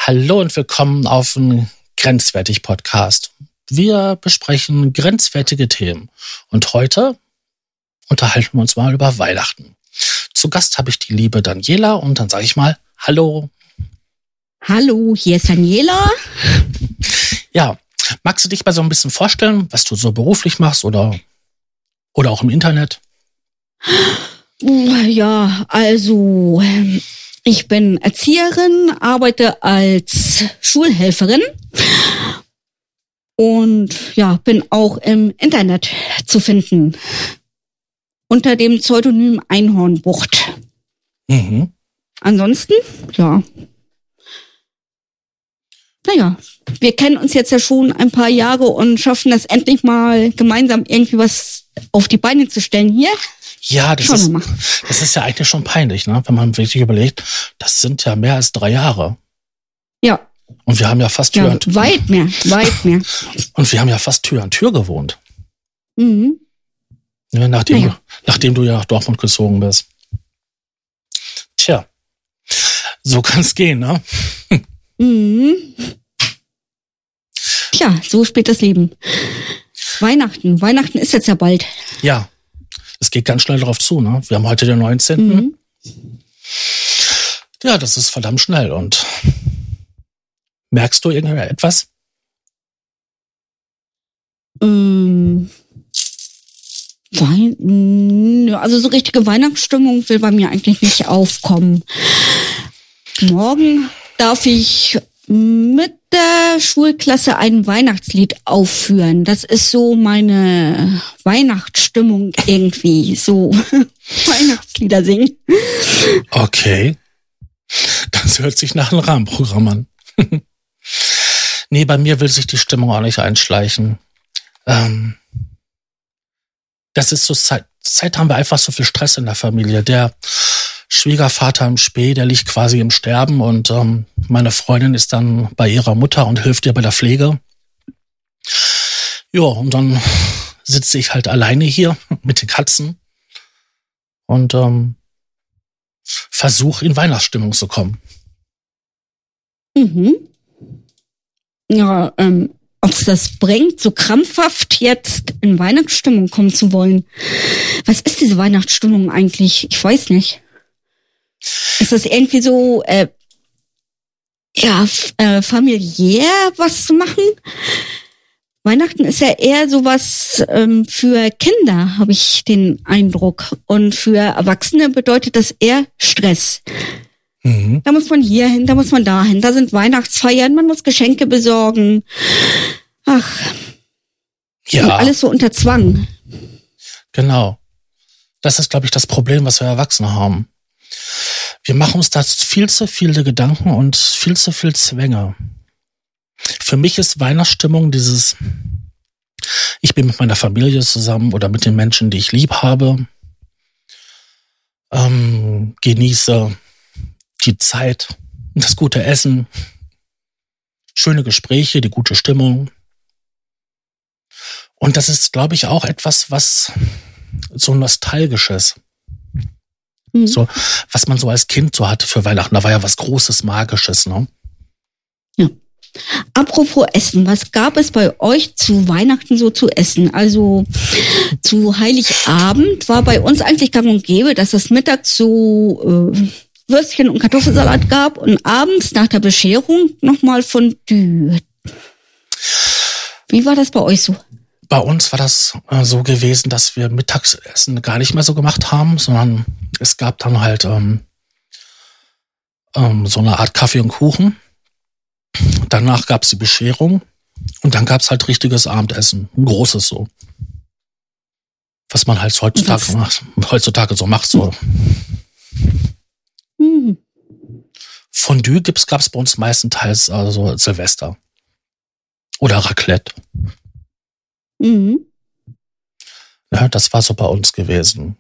Hallo und willkommen auf dem Grenzwertig-Podcast. Wir besprechen grenzwertige Themen und heute unterhalten wir uns mal über Weihnachten. Zu Gast habe ich die liebe Daniela und dann sage ich mal Hallo. Hallo, hier ist Daniela. Ja, magst du dich mal so ein bisschen vorstellen, was du so beruflich machst oder auch im Internet? Ja, also ich bin Erzieherin, arbeite als Schulhelferin und ja, bin auch im Internet zu finden unter dem Pseudonym Einhornbucht. Mhm. Ansonsten, ja. Naja, wir kennen uns jetzt ja schon ein paar Jahre und schaffen das endlich mal gemeinsam irgendwie was auf die Beine zu stellen hier. Ja, das ist ja eigentlich schon peinlich, ne? Wenn man wirklich überlegt, das sind ja mehr als 3 Jahre. Ja. Und wir haben ja fast Tür an Tür. Weit mehr. Und wir haben ja fast Tür an Tür gewohnt. Mhm. Ja, nachdem du ja nach Dortmund gezogen bist. Tja, so kann's gehen, ne? Mhm. Tja, so spielt das Leben. Weihnachten ist jetzt ja bald. Ja, es geht ganz schnell drauf zu, ne? Wir haben heute den 19. Mhm. Ja, das ist verdammt schnell. Und merkst du irgendetwas? Also so richtige Weihnachtsstimmung will bei mir eigentlich nicht aufkommen. Morgen darf ich mit der Schulklasse ein Weihnachtslied aufführen. Das ist so meine Weihnachtsstimmung irgendwie. So Weihnachtslieder singen. Okay. Das hört sich nach einem Rahmenprogramm an. Nee, bei mir will sich die Stimmung auch nicht einschleichen. Das ist so Zeit haben wir einfach so viel Stress in der Familie. Der Schwiegervater im Spee, der liegt quasi im Sterben und meine Freundin ist dann bei ihrer Mutter und hilft ihr bei der Pflege. Ja, und dann sitze ich halt alleine hier mit den Katzen und versuche in Weihnachtsstimmung zu kommen. Mhm. Ja, ob es das bringt, so krampfhaft jetzt in Weihnachtsstimmung kommen zu wollen. Was ist diese Weihnachtsstimmung eigentlich? Ich weiß nicht. Ist das irgendwie so, familiär was zu machen? Weihnachten ist ja eher sowas für Kinder, habe ich den Eindruck. Und für Erwachsene bedeutet das eher Stress. Mhm. Da muss man hier hin, da muss man da hin. Da sind Weihnachtsfeiern, man muss Geschenke besorgen. Ach, ja. Und alles so unter Zwang. Genau. Das ist, glaube ich, das Problem, was wir Erwachsene haben. Wir machen uns da viel zu viele Gedanken und viel zu viel Zwänge. Für mich ist Weihnachtsstimmung ich bin mit meiner Familie zusammen oder mit den Menschen, die ich lieb habe, genieße die Zeit, das gute Essen, schöne Gespräche, die gute Stimmung. Und das ist, glaube ich, auch etwas, was so Nostalgisches. So, was man so als Kind so hatte für Weihnachten. Da war ja was Großes, Magisches, ne? Ja. Apropos Essen, was gab es bei euch zu Weihnachten so zu essen? Also zu Heiligabend war bei uns eigentlich gang und gäbe, dass es mittags so Würstchen und Kartoffelsalat gab und abends nach der Bescherung nochmal Fondue. Wie war das bei euch so? Bei uns war das so gewesen, dass wir Mittagessen gar nicht mehr so gemacht haben, sondern es gab dann halt so eine Art Kaffee und Kuchen. Danach gab es die Bescherung und dann gab es halt richtiges Abendessen, ein großes so. Was man halt heutzutage so macht. So. Mhm. Fondue gab es bei uns meistenteils also Silvester. Oder Raclette. Mhm. Ja, das war so bei uns gewesen.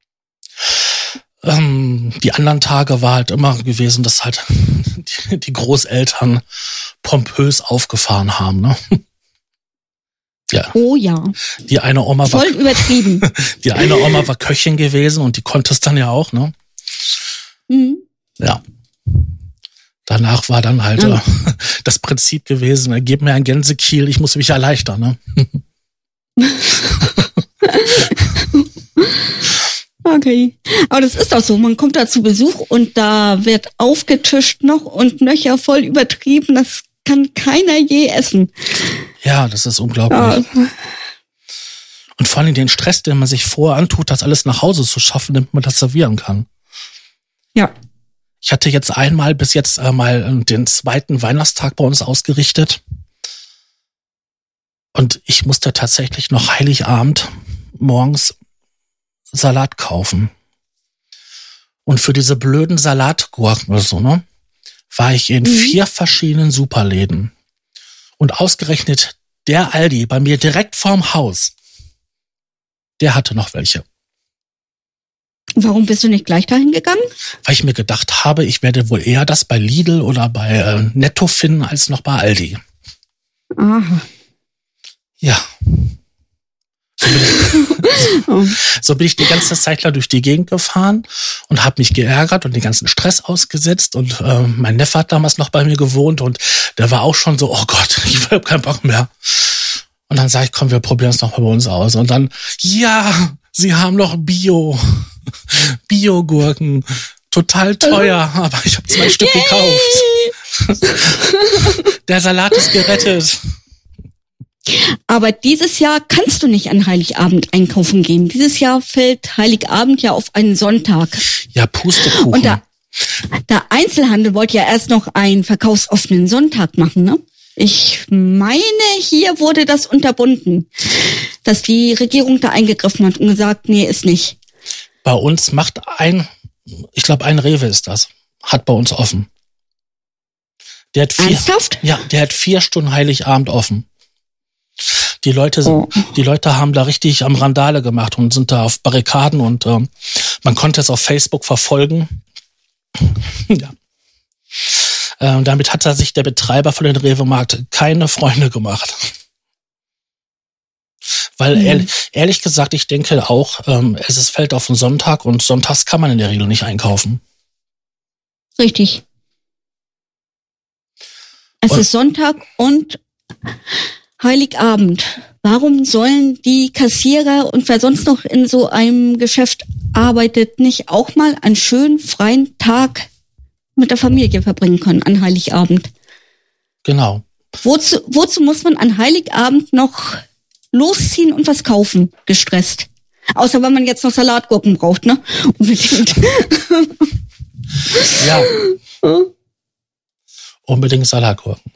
Die anderen Tage war halt immer gewesen, dass halt die Großeltern pompös aufgefahren haben, ne? Ja. Oh ja. Die eine Oma voll übertrieben. Die eine Oma war Köchin gewesen und die konnte es dann ja auch, ne? Mhm. Ja. Danach war dann halt das Prinzip gewesen, gib mir ein Gänsekiel, ich muss mich erleichtern. Ne? Okay. Aber das ist auch so, man kommt da zu Besuch und da wird aufgetischt noch und nöcher voll übertrieben, das kann keiner je essen. Ja, das ist unglaublich. Und vor allem den Stress, den man sich vorher antut, das alles nach Hause zu schaffen, damit man das servieren kann. Ja. Ich hatte jetzt bis jetzt mal den zweiten Weihnachtstag bei uns ausgerichtet. Und ich musste tatsächlich noch Heiligabend morgens Salat kaufen. Und für diese blöden Salatgurken oder so, ne, war ich in 4 verschiedenen Superläden. Und ausgerechnet der Aldi bei mir direkt vorm Haus, der hatte noch welche. Warum bist du nicht gleich dahin gegangen? Weil ich mir gedacht habe, ich werde wohl eher das bei Lidl oder bei Netto finden, als noch bei Aldi. Aha. Ja. So bin ich die ganze Zeit lang durch die Gegend gefahren und habe mich geärgert und den ganzen Stress ausgesetzt. Und mein Neffe hat damals noch bei mir gewohnt und der war auch schon so, oh Gott, ich habe keinen Bock mehr. Und dann sage ich, komm, wir probieren es noch mal bei uns aus. Und dann, ja, sie haben noch Bio-Gurken. Total teuer, aber ich habe 2 Stück gekauft. Der Salat ist gerettet. Aber dieses Jahr kannst du nicht an Heiligabend einkaufen gehen. Dieses Jahr fällt Heiligabend ja auf einen Sonntag. Ja, Pustekuchen. Und der Einzelhandel wollte ja erst noch einen verkaufsoffenen Sonntag machen, ne? Ich meine, hier wurde das unterbunden, dass die Regierung da eingegriffen hat und gesagt, nee, ist nicht. Bei uns macht ich glaube, ein Rewe ist das, hat bei uns offen. Der hat 4, ernsthaft? Ja, der hat 4 Stunden Heiligabend offen. Die Leute haben da richtig am Randale gemacht und sind da auf Barrikaden und man konnte es auf Facebook verfolgen. Ja. Damit hat sich der Betreiber von den Rewe-Markt keine Freunde gemacht. Weil ehrlich gesagt, ich denke auch, es fällt auf den Sonntag und sonntags kann man in der Regel nicht einkaufen. Richtig. Es ist Sonntag und Heiligabend. Warum sollen die Kassierer und wer sonst noch in so einem Geschäft arbeitet, nicht auch mal einen schönen freien Tag mit der Familie verbringen können an Heiligabend? Genau. Wozu muss man an Heiligabend noch losziehen und was kaufen? Gestresst. Außer wenn man jetzt noch Salatgurken braucht, ne? Unbedingt. Ja. Unbedingt Salatgurken.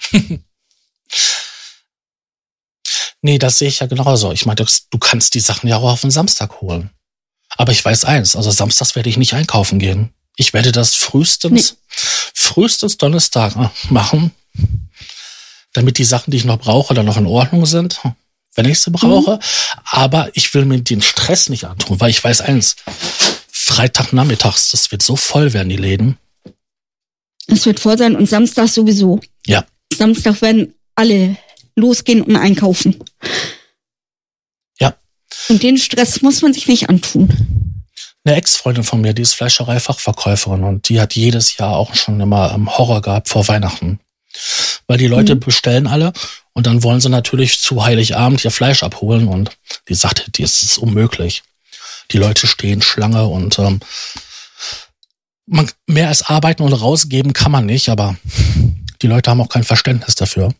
Nee, das sehe ich ja genauso. Ich meine, du kannst die Sachen ja auch auf den Samstag holen. Aber ich weiß eins, also samstags werde ich nicht einkaufen gehen. Ich werde das frühestens Donnerstag machen, damit die Sachen, die ich noch brauche, dann noch in Ordnung sind, wenn ich sie brauche. Aber ich will mir den Stress nicht antun, weil ich weiß eins, Freitagnachmittags, das wird so voll werden, die Läden. Es wird voll sein und Samstag sowieso. Ja. Samstag werden alle losgehen und einkaufen. Ja. Und den Stress muss man sich nicht antun. Eine Ex-Freundin von mir, die ist Fleischerei-Fachverkäuferin und die hat jedes Jahr auch schon immer Horror gehabt vor Weihnachten. Weil die Leute bestellen alle und dann wollen sie natürlich zu Heiligabend ihr Fleisch abholen und die sagte, das ist unmöglich. Die Leute stehen Schlange und mehr als arbeiten und rausgeben kann man nicht, aber die Leute haben auch kein Verständnis dafür.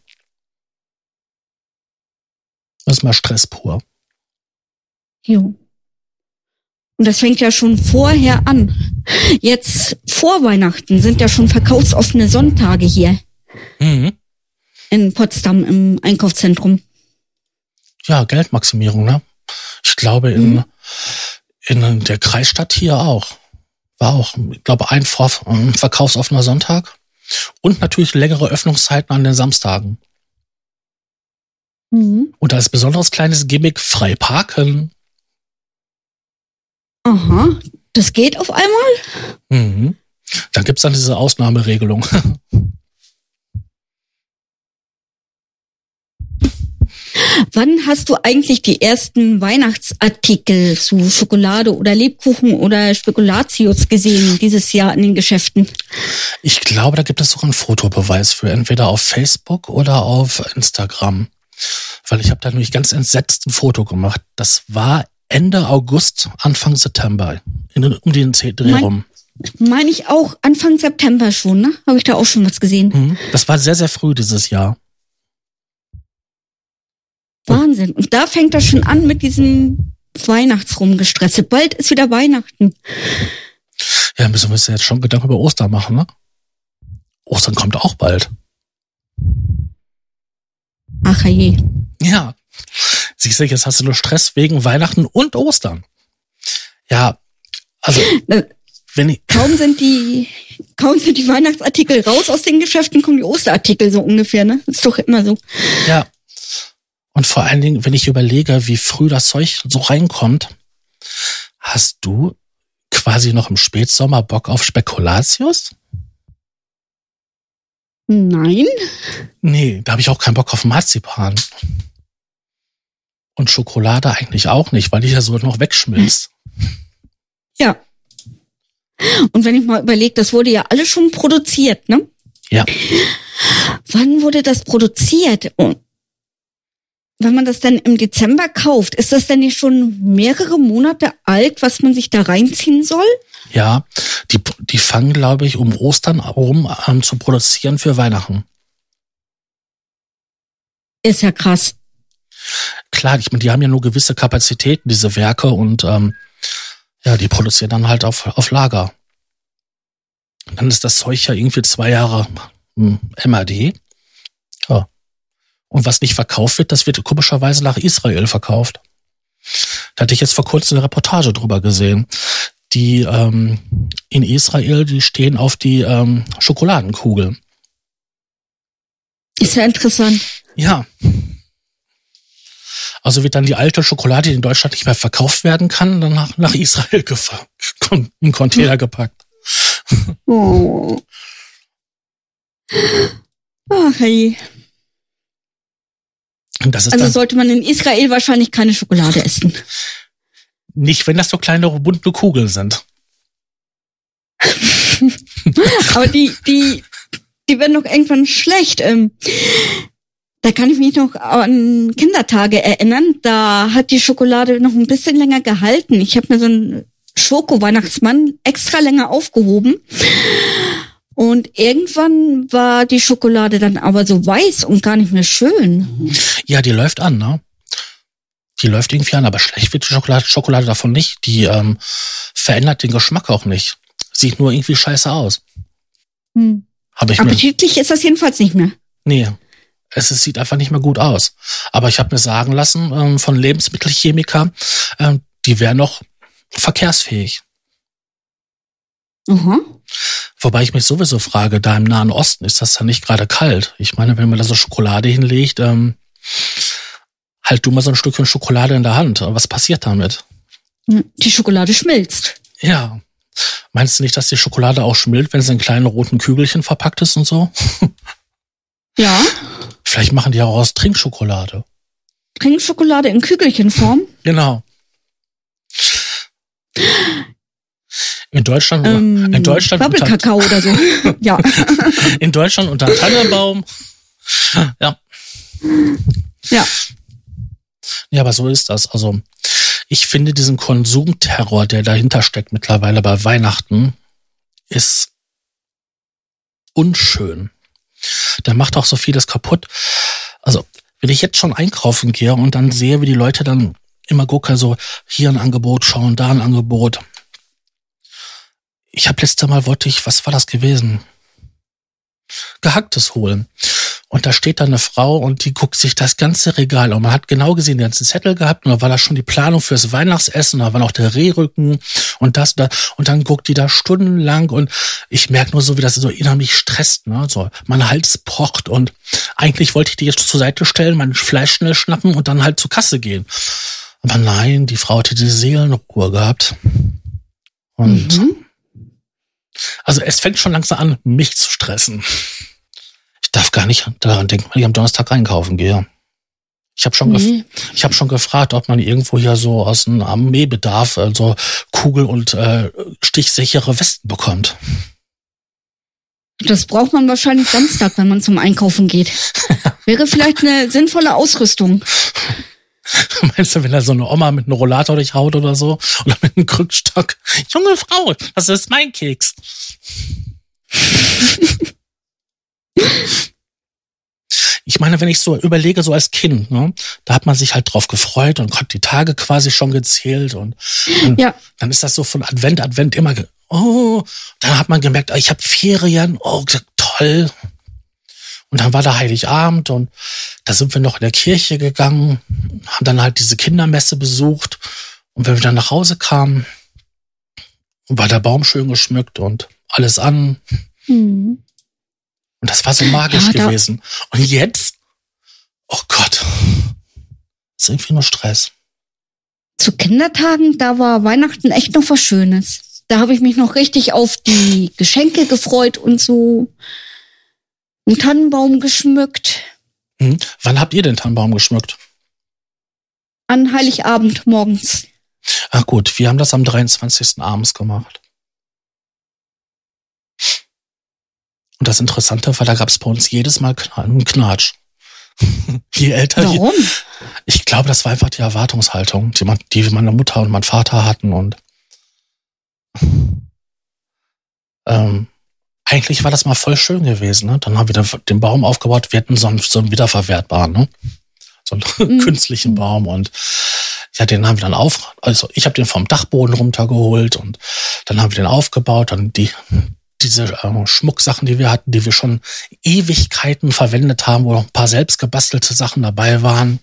Das ist mal Stress pur. Jo. Und das fängt ja schon vorher an. Jetzt vor Weihnachten sind ja schon verkaufsoffene Sonntage hier. In Potsdam im Einkaufszentrum. Ja, Geldmaximierung, ne? Ich glaube, in der Kreisstadt hier auch. War auch, ich glaube, ein verkaufsoffener Sonntag. Und natürlich längere Öffnungszeiten an den Samstagen. Und als besonderes kleines Gimmick frei parken. Aha, das geht auf einmal? Dann gibt's dann diese Ausnahmeregelung. Wann hast du eigentlich die ersten Weihnachtsartikel zu Schokolade oder Lebkuchen oder Spekulatius gesehen dieses Jahr in den Geschäften? Ich glaube, da gibt es sogar einen Fotobeweis für, entweder auf Facebook oder auf Instagram. Weil ich habe da nämlich ganz entsetzt ein Foto gemacht. Das war Ende August, Anfang September, um den Dreh rum. Meine ich auch Anfang September schon, ne? Habe ich da auch schon was gesehen. Das war sehr, sehr früh dieses Jahr. Wahnsinn. Und da fängt das schon an mit diesem Weihnachtsrumgestresse. Bald ist wieder Weihnachten. Ja, müssen wir uns jetzt schon Gedanken über Ostern machen, ne? Ostern kommt auch bald. Ach je. Ja. Siehst du, jetzt hast du nur Stress wegen Weihnachten und Ostern. Ja, also kaum sind die Weihnachtsartikel raus aus den Geschäften, kommen die Osterartikel so ungefähr, ne? Ist doch immer so. Ja. Und vor allen Dingen, wenn ich überlege, wie früh das Zeug so reinkommt, hast du quasi noch im Spätsommer Bock auf Spekulatius? Nein. Nee, da habe ich auch keinen Bock auf Marzipan. Und Schokolade eigentlich auch nicht, weil die ja so noch wegschmilzt. Ja. Und wenn ich mal überlege, das wurde ja alles schon produziert, ne? Ja. Wann wurde das produziert? Und wenn man das dann im Dezember kauft, ist das denn nicht schon mehrere Monate alt, was man sich da reinziehen soll? Ja, die fangen, glaube ich, um Ostern rum an zu produzieren für Weihnachten. Ist ja krass. Klar, ich meine, die haben ja nur gewisse Kapazitäten, diese Werke, und ja, die produzieren dann halt auf Lager. Und dann ist das Zeug ja irgendwie 2 Jahre MAD. Ja. Und was nicht verkauft wird, das wird komischerweise nach Israel verkauft. Da hatte ich jetzt vor kurzem eine Reportage drüber gesehen. Die in Israel, die stehen auf die Schokoladenkugel. Ist ja interessant. Ja. Also wird dann die alte Schokolade, die in Deutschland nicht mehr verkauft werden kann, dann nach Israel in Container gepackt. Oh. Ach, hey. Das ist also sollte man in Israel wahrscheinlich keine Schokolade essen. Nicht, wenn das so kleine bunte Kugeln sind. Aber die werden doch irgendwann schlecht. Da kann ich mich noch an Kindertage erinnern. Da hat die Schokolade noch ein bisschen länger gehalten. Ich habe mir so einen Schoko-Weihnachtsmann extra länger aufgehoben. Und irgendwann war die Schokolade dann aber so weiß und gar nicht mehr schön. Ja, die läuft an, ne? Die läuft irgendwie an, aber schlecht wird die Schokolade davon nicht. Die verändert den Geschmack auch nicht. Sieht nur irgendwie scheiße aus. Appetitlich ist das jedenfalls nicht mehr. Nee, es sieht einfach nicht mehr gut aus. Aber ich habe mir sagen lassen von Lebensmittelchemiker, die wären noch verkehrsfähig. Aha. Wobei ich mich sowieso frage, da im Nahen Osten ist das ja nicht gerade kalt. Ich meine, wenn man da so Schokolade hinlegt, halt du mal so ein Stückchen Schokolade in der Hand. Was passiert damit? Die Schokolade schmilzt. Ja. Meinst du nicht, dass die Schokolade auch schmilzt, wenn sie in kleinen roten Kügelchen verpackt ist und so? Ja. Vielleicht machen die auch aus Trinkschokolade. Trinkschokolade in Kügelchenform? Genau. In Deutschland Bubble-Kakao oder so. Ja. In Deutschland unter einem Tannenbaum. Ja. Ja. Ja, aber so ist das. Also ich finde diesen Konsumterror, der dahinter steckt mittlerweile bei Weihnachten, ist unschön. Der macht auch so vieles kaputt. Also wenn ich jetzt schon einkaufen gehe und dann sehe, wie die Leute dann immer gucken, so hier ein Angebot schauen, da ein Angebot. Ich habe letztes Mal was war das gewesen? Gehacktes holen. Und da steht da eine Frau und die guckt sich das ganze Regal an. Und man hat genau gesehen, den ganzen Zettel gehabt und da war da schon die Planung fürs Weihnachtsessen, da war noch der Rehrücken und das da. Und dann guckt die da stundenlang und ich merke nur so, wie das so innerlich stresst, ne? So, mein Hals pocht und eigentlich wollte ich die jetzt zur Seite stellen, mein Fleisch schnell schnappen und dann halt zur Kasse gehen. Aber nein, die Frau hatte die Seelenruhe gehabt. Und also es fängt schon langsam an, mich zu stressen. Ich darf gar nicht daran denken, wenn ich am Donnerstag einkaufen gehe. Ich habe schon gefragt, ob man irgendwo hier so aus dem Armeebedarf so Kugel- und stichsichere Westen bekommt. Das braucht man wahrscheinlich Samstag, wenn man zum Einkaufen geht. Wäre vielleicht eine sinnvolle Ausrüstung. Meinst du, wenn da so eine Oma mit einem Rollator durchhaut oder so? Oder mit einem Krückstock? Junge Frau, das ist mein Keks. Ich meine, wenn ich so überlege, so als Kind, ne, da hat man sich halt drauf gefreut und hat die Tage quasi schon gezählt und dann ist das so von Advent immer, dann hat man gemerkt, ich habe Ferien, toll. Und dann war da Heiligabend und da sind wir noch in der Kirche gegangen, haben dann halt diese Kindermesse besucht und wenn wir dann nach Hause kamen, war der Baum schön geschmückt und alles an. Und das war so magisch gewesen. Und jetzt, oh Gott, ist irgendwie nur Stress. Zu Kindertagen, da war Weihnachten echt noch was Schönes. Da habe ich mich noch richtig auf die Geschenke gefreut und so. Einen Tannenbaum geschmückt. Wann habt ihr den Tannenbaum geschmückt? An Heiligabend morgens. Ach gut, wir haben das am 23. abends gemacht. Und das Interessante war, da gab es bei uns jedes Mal einen Knatsch. Je älter. Warum? Ich glaube, das war einfach die Erwartungshaltung, die meine Mutter und mein Vater hatten. Und eigentlich war das mal voll schön gewesen. Ne? Dann haben wir den Baum aufgebaut. Wir hatten so einen wiederverwertbaren, ne? So einen künstlichen Baum. Und ja, den haben wir dann also ich habe den vom Dachboden runtergeholt und dann haben wir den aufgebaut. Dann diese Schmucksachen, die wir hatten, die wir schon Ewigkeiten verwendet haben, wo noch ein paar selbstgebastelte Sachen dabei waren.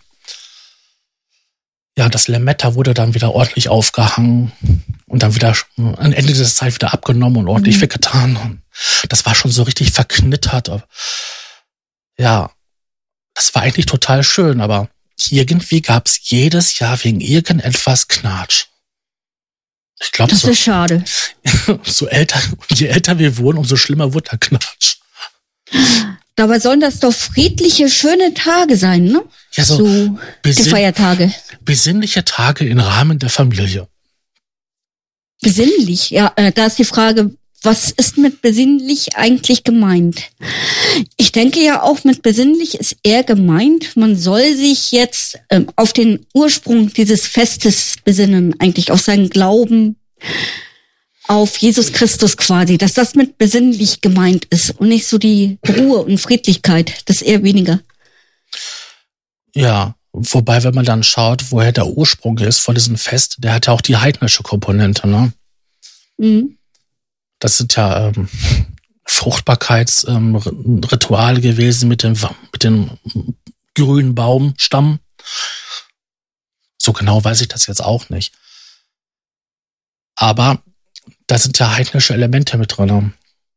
Ja, das Lametta wurde dann wieder ordentlich aufgehangen und dann wieder am Ende der Zeit wieder abgenommen und ordentlich weggetan. Und das war schon so richtig verknittert. Ja, das war eigentlich total schön, aber irgendwie gab es jedes Jahr wegen irgendetwas Knatsch. Ich glaube, das ist schade. Je älter wir wurden, umso schlimmer wurde der Knatsch. Dabei sollen das doch friedliche, schöne Tage sein, ne? Ja, so die Feiertage. Besinnliche Tage im Rahmen der Familie. Besinnlich, ja, da ist die Frage, was ist mit besinnlich eigentlich gemeint? Ich denke ja auch, mit besinnlich ist eher gemeint, man soll sich jetzt auf den Ursprung dieses Festes besinnen, eigentlich auf seinen Glauben, auf Jesus Christus quasi, dass das mit besinnlich gemeint ist und nicht so die Ruhe und Friedlichkeit, das eher weniger. Ja, wobei, wenn man dann schaut, woher der Ursprung ist von diesem Fest, der hat ja auch die heidnische Komponente, ne? Das sind ja Fruchtbarkeitsrituale gewesen mit dem grünen Baumstamm. So genau weiß ich das jetzt auch nicht. Aber da sind ja heidnische Elemente mit drin.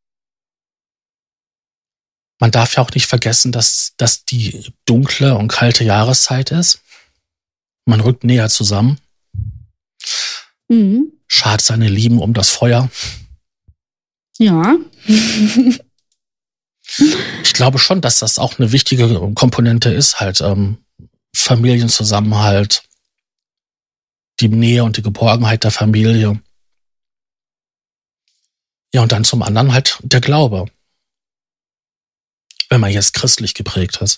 Man darf ja auch nicht vergessen, dass das die dunkle und kalte Jahreszeit ist. Man rückt näher zusammen. Schart seine Lieben um das Feuer. Ja. Ich glaube schon, dass das auch eine wichtige Komponente ist, halt Familienzusammenhalt, die Nähe und die Geborgenheit der Familie. Ja, und dann zum anderen halt der Glaube. Wenn man jetzt christlich geprägt ist.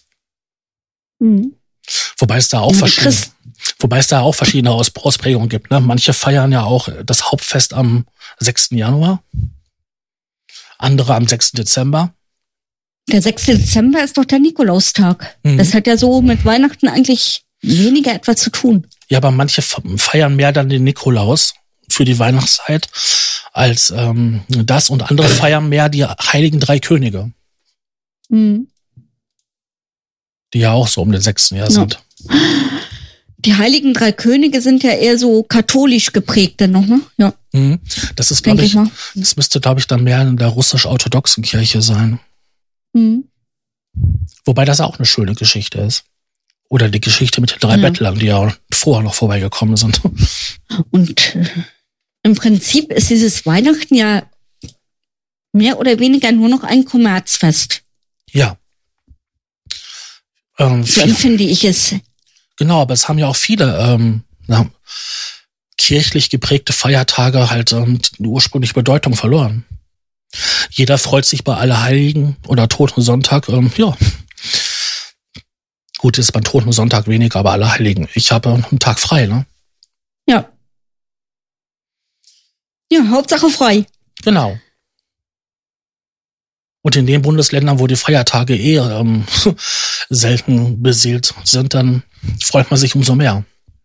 Wobei es da auch verschiedene Ausprägungen gibt. Ne? Manche feiern ja auch das Hauptfest am 6. Januar. Andere am 6. Dezember. Der 6. Dezember ist doch der Nikolaustag. Das hat ja so mit Weihnachten eigentlich weniger etwas zu tun. Ja, aber manche feiern mehr dann den Nikolaus für die Weihnachtszeit als das und andere feiern mehr die Heiligen Drei Könige. Die ja auch so um den 6. Jahr sind. Die Heiligen Drei Könige sind ja eher so katholisch geprägt dann noch, ne? Ja. Das ist, glaube ich, das müsste, glaube ich, dann mehr in der russisch-orthodoxen Kirche sein. Wobei das auch eine schöne Geschichte ist. Oder die Geschichte mit den 3 Bettlern, die ja vorher noch vorbeigekommen sind. Und im Prinzip ist dieses Weihnachten ja mehr oder weniger nur noch ein Kommerzfest. Ja. So empfinde ich es. Genau, aber es haben ja auch viele kirchlich geprägte Feiertage halt die ursprüngliche Bedeutung verloren. Jeder freut sich bei Allerheiligen oder Totensonntag. Ja, gut, ist beim Totensonntag weniger, aber Allerheiligen. Ich habe einen Tag frei, ne? Ja. Ja, Hauptsache frei. Genau. Und in den Bundesländern, wo die Feiertage selten beseelt sind, dann freut man sich umso mehr.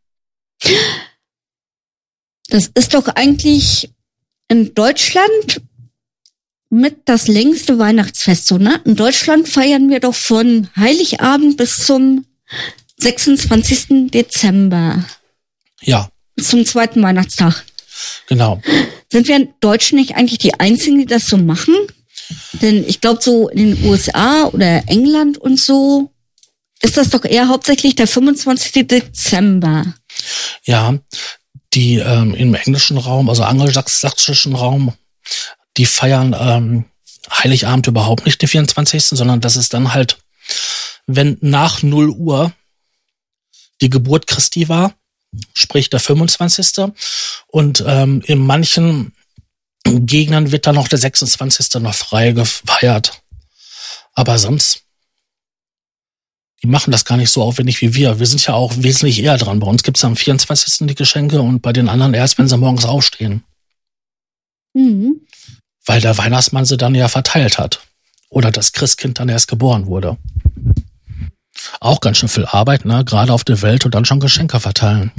Das ist doch eigentlich in Deutschland mit das längste Weihnachtsfest, so, ne? In Deutschland feiern wir doch von Heiligabend bis zum 26. Dezember. Ja. Bis zum zweiten Weihnachtstag. Genau. Sind wir Deutschen nicht eigentlich die Einzigen, die das so machen? Denn ich glaube, so in den USA oder England und so ist das doch eher hauptsächlich der 25. Dezember. Ja, die im englischen Raum, also angelsächsischen Raum, die feiern Heiligabend überhaupt nicht den 24., sondern das ist dann halt, wenn nach 0 Uhr die Geburt Christi war, sprich der 25. Und in manchen Gegenden wird dann noch der 26. noch frei gefeiert. Aber sonst, die machen das gar nicht so aufwendig wie wir. Wir sind ja auch wesentlich eher dran. Bei uns gibt's am 24. die Geschenke und bei den anderen erst, wenn sie morgens aufstehen. Mhm. Weil der Weihnachtsmann sie dann ja verteilt hat. Oder das Christkind dann erst geboren wurde. Auch ganz schön viel Arbeit, ne? Gerade auf der Welt und dann schon Geschenke verteilen.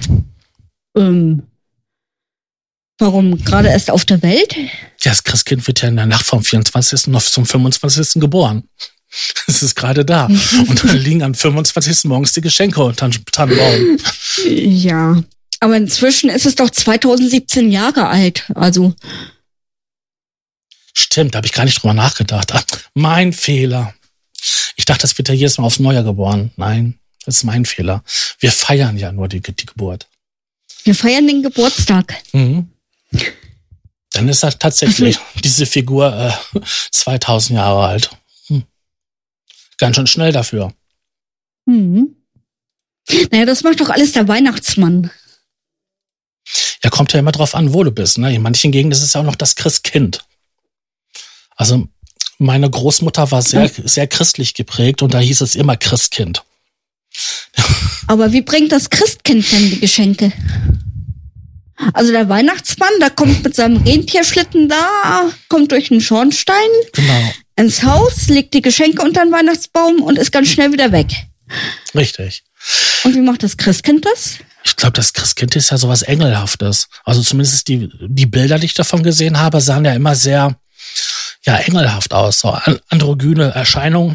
Warum gerade erst auf der Welt? Ja, das Christkind wird ja in der Nacht vom 24. noch zum 25. geboren. Es ist gerade da. Und dann liegen am 25. morgens die Geschenke unter dem Tannenbaum. Ja, aber inzwischen ist es doch 2017 Jahre alt. Also Stimmt, da habe ich gar nicht drüber nachgedacht. Ach, mein Fehler. Ich dachte, das wird ja jedes Mal aufs Neue geboren. Nein, das ist mein Fehler. Wir feiern ja nur die Geburt. Wir feiern den Geburtstag. Mhm. Dann ist er tatsächlich diese Figur 2000 Jahre alt. Ganz schön schnell dafür. Mhm. Naja, das macht doch alles der Weihnachtsmann. Ja, kommt ja immer drauf an, wo du bist. Ne? In manchen Gegenden ist es ja auch noch das Christkind. Also meine Großmutter war sehr christlich geprägt und da hieß es immer Christkind. Aber wie bringt das Christkind denn die Geschenke? Also der Weihnachtsmann, der kommt mit seinem Rentierschlitten da, kommt durch den Schornstein, Genau. ins Haus, legt die Geschenke unter den Weihnachtsbaum und ist ganz schnell wieder weg. Richtig. Und wie macht das Christkind das? Ich glaube, das Christkind ist ja sowas Engelhaftes. Also zumindest die Bilder, die ich davon gesehen habe, sahen ja immer sehr engelhaft aus. So androgyne Erscheinung.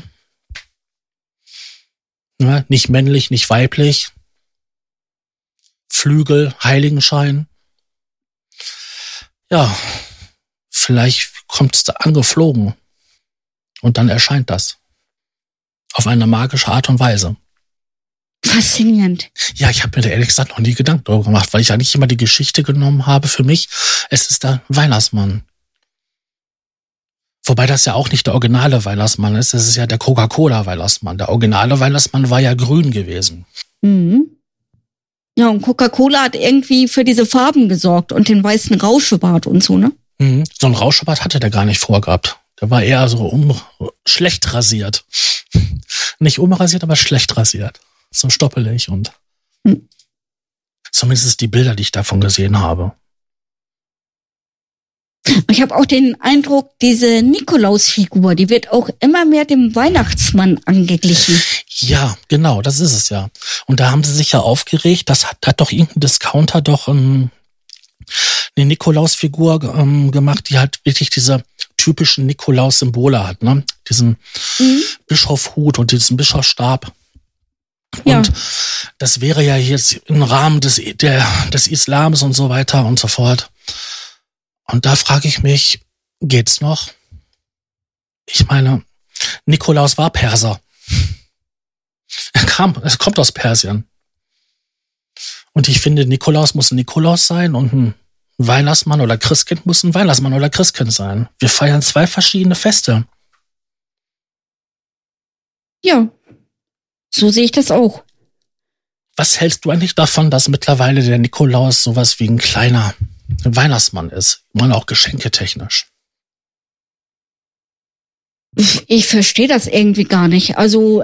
Ja, nicht männlich, nicht weiblich. Flügel, Heiligenschein. Ja, vielleicht kommt es da angeflogen. Und dann erscheint das. Auf eine magische Art und Weise. Faszinierend. Ja, ich habe mir da ehrlich gesagt noch nie Gedanken darüber gemacht, weil ich eigentlich immer die Geschichte genommen habe für mich. Es ist der Weihnachtsmann. Wobei das ja auch nicht der originale Weihnachtsmann ist. Das ist ja der Coca-Cola-Weihnachtsmann. Der originale Weihnachtsmann war ja grün gewesen. Mhm. Ja, und Coca-Cola hat irgendwie für diese Farben gesorgt und den weißen Rauschebart und so, ne? Mhm. So ein Rauschebart hatte der gar nicht vorgehabt. Der war eher so schlecht rasiert. Nicht umrasiert, aber schlecht rasiert. So stoppelig und zumindest die Bilder, die ich davon gesehen habe. Ich habe auch den Eindruck, diese Nikolausfigur, die wird auch immer mehr dem Weihnachtsmann angeglichen. Ja, genau, das ist es ja. Und da haben sie sich ja aufgeregt, das hat doch irgendein Discounter doch eine Nikolausfigur gemacht, die halt wirklich diese typischen Nikolaus-Symbole hat, ne? Diesen Bischofshut und diesen Bischofsstab. Ja. Und das wäre ja jetzt im Rahmen des Islams und so weiter und so fort. Und da frage ich mich, geht's noch? Ich meine, Nikolaus war Perser. Er kommt aus Persien. Und ich finde, Nikolaus muss ein Nikolaus sein und ein Weihnachtsmann oder Christkind muss ein Weihnachtsmann oder Christkind sein. Wir feiern 2 verschiedene Feste. Ja, so sehe ich das auch. Was hältst du eigentlich davon, dass mittlerweile der Nikolaus sowas wie ein kleiner Weihnachtsmann ist? Man auch geschenketechnisch. Ich verstehe das irgendwie gar nicht. Also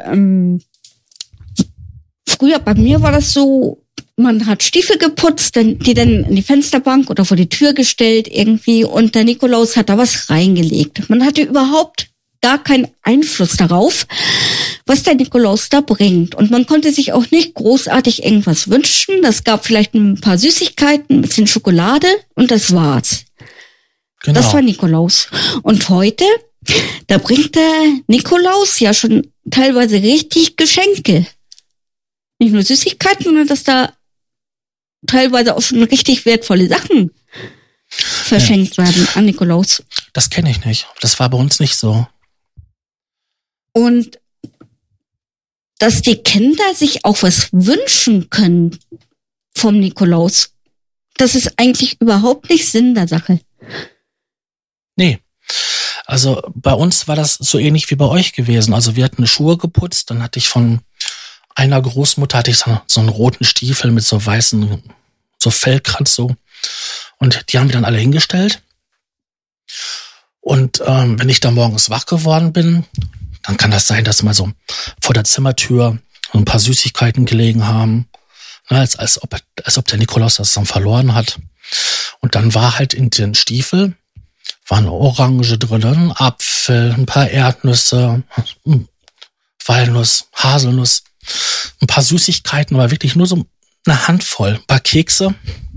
früher bei mir war das so, man hat Stiefel geputzt, die dann in die Fensterbank oder vor die Tür gestellt irgendwie und der Nikolaus hat da was reingelegt. Man hatte überhaupt gar keinen Einfluss darauf, was der Nikolaus da bringt. Und man konnte sich auch nicht großartig irgendwas wünschen. Das gab vielleicht ein paar Süßigkeiten, ein bisschen Schokolade und das war's. Genau. Das war Nikolaus. Und heute, da bringt der Nikolaus ja schon teilweise richtig Geschenke. Nicht nur Süßigkeiten, sondern dass da teilweise auch schon richtig wertvolle Sachen verschenkt werden an Nikolaus. Das kenne ich nicht. Das war bei uns nicht so. Und dass die Kinder sich auch was wünschen können vom Nikolaus, das ist eigentlich überhaupt nicht Sinn der Sache. Nee. Also bei uns war das so ähnlich wie bei euch gewesen. Also wir hatten Schuhe geputzt, dann hatte ich von einer Großmutter so einen roten Stiefel mit so weißen, so Fellkranz so. Und die haben wir dann alle hingestellt. Und wenn ich dann morgens wach geworden bin, dann kann das sein, dass mal so vor der Zimmertür ein paar Süßigkeiten gelegen haben. Als ob der Nikolaus das dann verloren hat. Und dann war halt in den Stiefel war eine Orange drin, ein Apfel, ein paar Erdnüsse, Walnuss, Haselnuss, ein paar Süßigkeiten, aber wirklich nur so eine Handvoll, ein paar Kekse.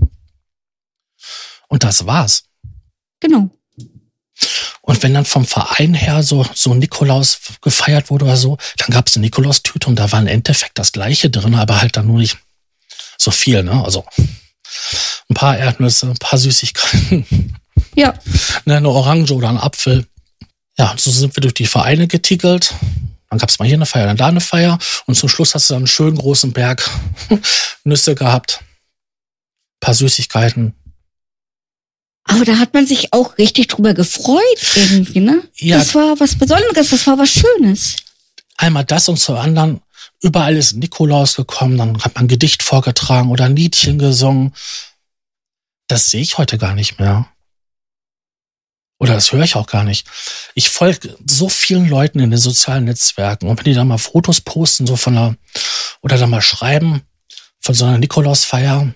Und das war's. Genau. Und wenn dann vom Verein her so Nikolaus gefeiert wurde oder so, dann gab es eine Nikolaustüte und da war im Endeffekt das Gleiche drin, aber halt dann nur nicht so viel, ne? Also ein paar Erdnüsse, ein paar Süßigkeiten. Ja. Ne, eine Orange oder ein Apfel. Ja, und so sind wir durch die Vereine getigelt. Dann gab es mal hier eine Feier, dann da eine Feier. Und zum Schluss hast du dann einen schönen großen Berg Nüsse gehabt. Ein paar Süßigkeiten. Aber da hat man sich auch richtig drüber gefreut irgendwie, ne? Ja. Das war was Besonderes, das war was Schönes. Einmal das und zum anderen, überall ist Nikolaus gekommen, dann hat man ein Gedicht vorgetragen oder ein Liedchen gesungen. Das sehe ich heute gar nicht mehr. Oder das höre ich auch gar nicht. Ich folge so vielen Leuten in den sozialen Netzwerken und wenn die da mal Fotos posten, so oder da mal schreiben von so einer Nikolausfeier,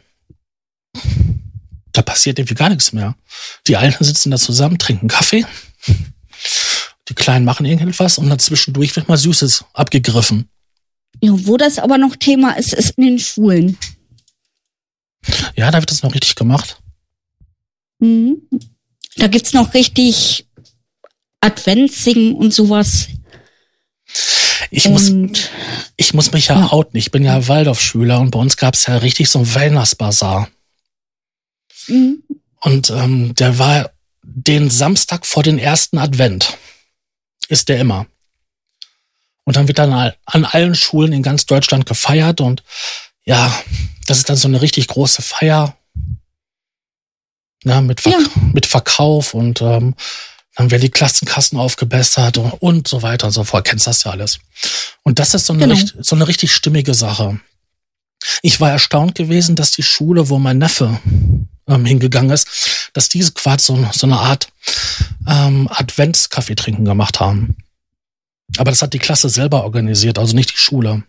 da passiert irgendwie gar nichts mehr. Die Alten sitzen da zusammen, trinken Kaffee, die Kleinen machen irgendetwas und dann zwischendurch wird mal Süßes abgegriffen. Ja, wo das aber noch Thema ist, ist in den Schulen. Ja, da wird das noch richtig gemacht. Mhm. Da gibt's noch richtig Adventssingen und sowas. Ich muss mich ja outen. Ich bin ja Waldorfschüler und bei uns gab's ja richtig so einen Weihnachtsbazar. Mhm. Und der war den Samstag vor den ersten Advent. Ist der immer. Und dann wird dann an allen Schulen in ganz Deutschland gefeiert und ja, das ist dann so eine richtig große Feier. Ja, mit Verkauf und dann werden die Klassenkassen aufgebessert und so weiter und so fort. Kennst das ja alles. Und das ist so eine richtig stimmige Sache. Ich war erstaunt gewesen, dass die Schule, wo mein Neffe hingegangen ist, dass diese quasi so eine Art Adventskaffee trinken gemacht haben. Aber das hat die Klasse selber organisiert, also nicht die Schule.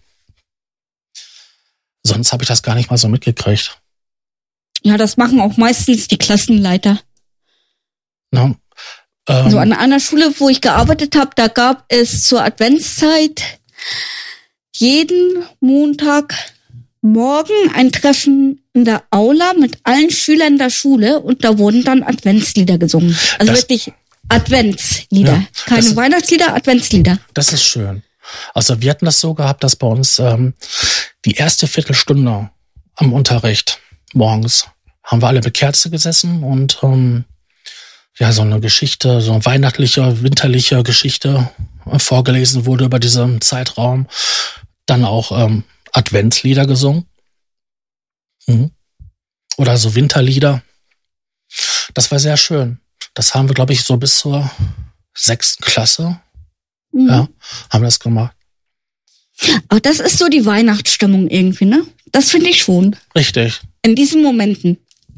Sonst habe ich das gar nicht mal so mitgekriegt. Ja, das machen auch meistens die Klassenleiter. Ja, also an einer Schule, wo ich gearbeitet habe, da gab es zur Adventszeit jeden Montagmorgen ein Treffen in der Aula mit allen Schülern der Schule und da wurden dann Adventslieder gesungen. Also wirklich Adventslieder. Ja, keine Weihnachtslieder, Adventslieder. Das ist schön. Also wir hatten das so gehabt, dass bei uns die erste Viertelstunde am Unterricht morgens haben wir alle mit Kerze gesessen und so eine Geschichte, so eine weihnachtliche, winterliche Geschichte vorgelesen wurde über diesen Zeitraum. Dann auch Adventslieder gesungen. Mhm. Oder so Winterlieder. Das war sehr schön. Das haben wir, glaube ich, so bis zur 6. Klasse haben wir das gemacht. Aber das ist so die Weihnachtsstimmung irgendwie, ne? Das finde ich schon. Richtig. In diesen Momenten.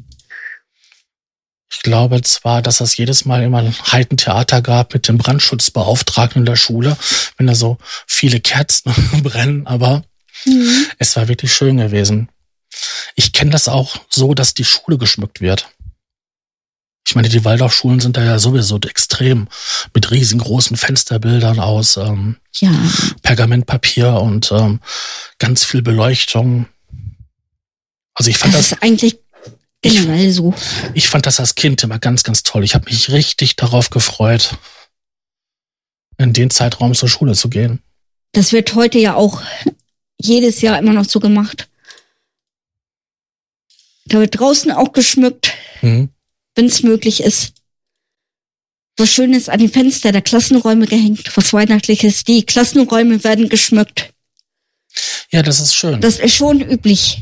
Ich glaube zwar, dass es jedes Mal immer ein Heidentheater gab mit dem Brandschutzbeauftragten in der Schule, wenn da so viele Kerzen brennen, aber es war wirklich schön gewesen. Ich kenne das auch so, dass die Schule geschmückt wird. Ich meine, die Waldorfschulen sind da ja sowieso extrem mit riesengroßen Fensterbildern aus Pergamentpapier und ganz viel Beleuchtung. Also ich fand das ist eigentlich generell so. Ich fand das als Kind immer ganz, ganz toll. Ich habe mich richtig darauf gefreut, in den Zeitraum zur Schule zu gehen. Das wird heute ja auch jedes Jahr immer noch so gemacht. Da wird draußen auch geschmückt, wenn es möglich ist. Was Schönes an die Fenster der Klassenräume gehängt, was Weihnachtliches. Die Klassenräume werden geschmückt. Ja, das ist schön. Das ist schon üblich.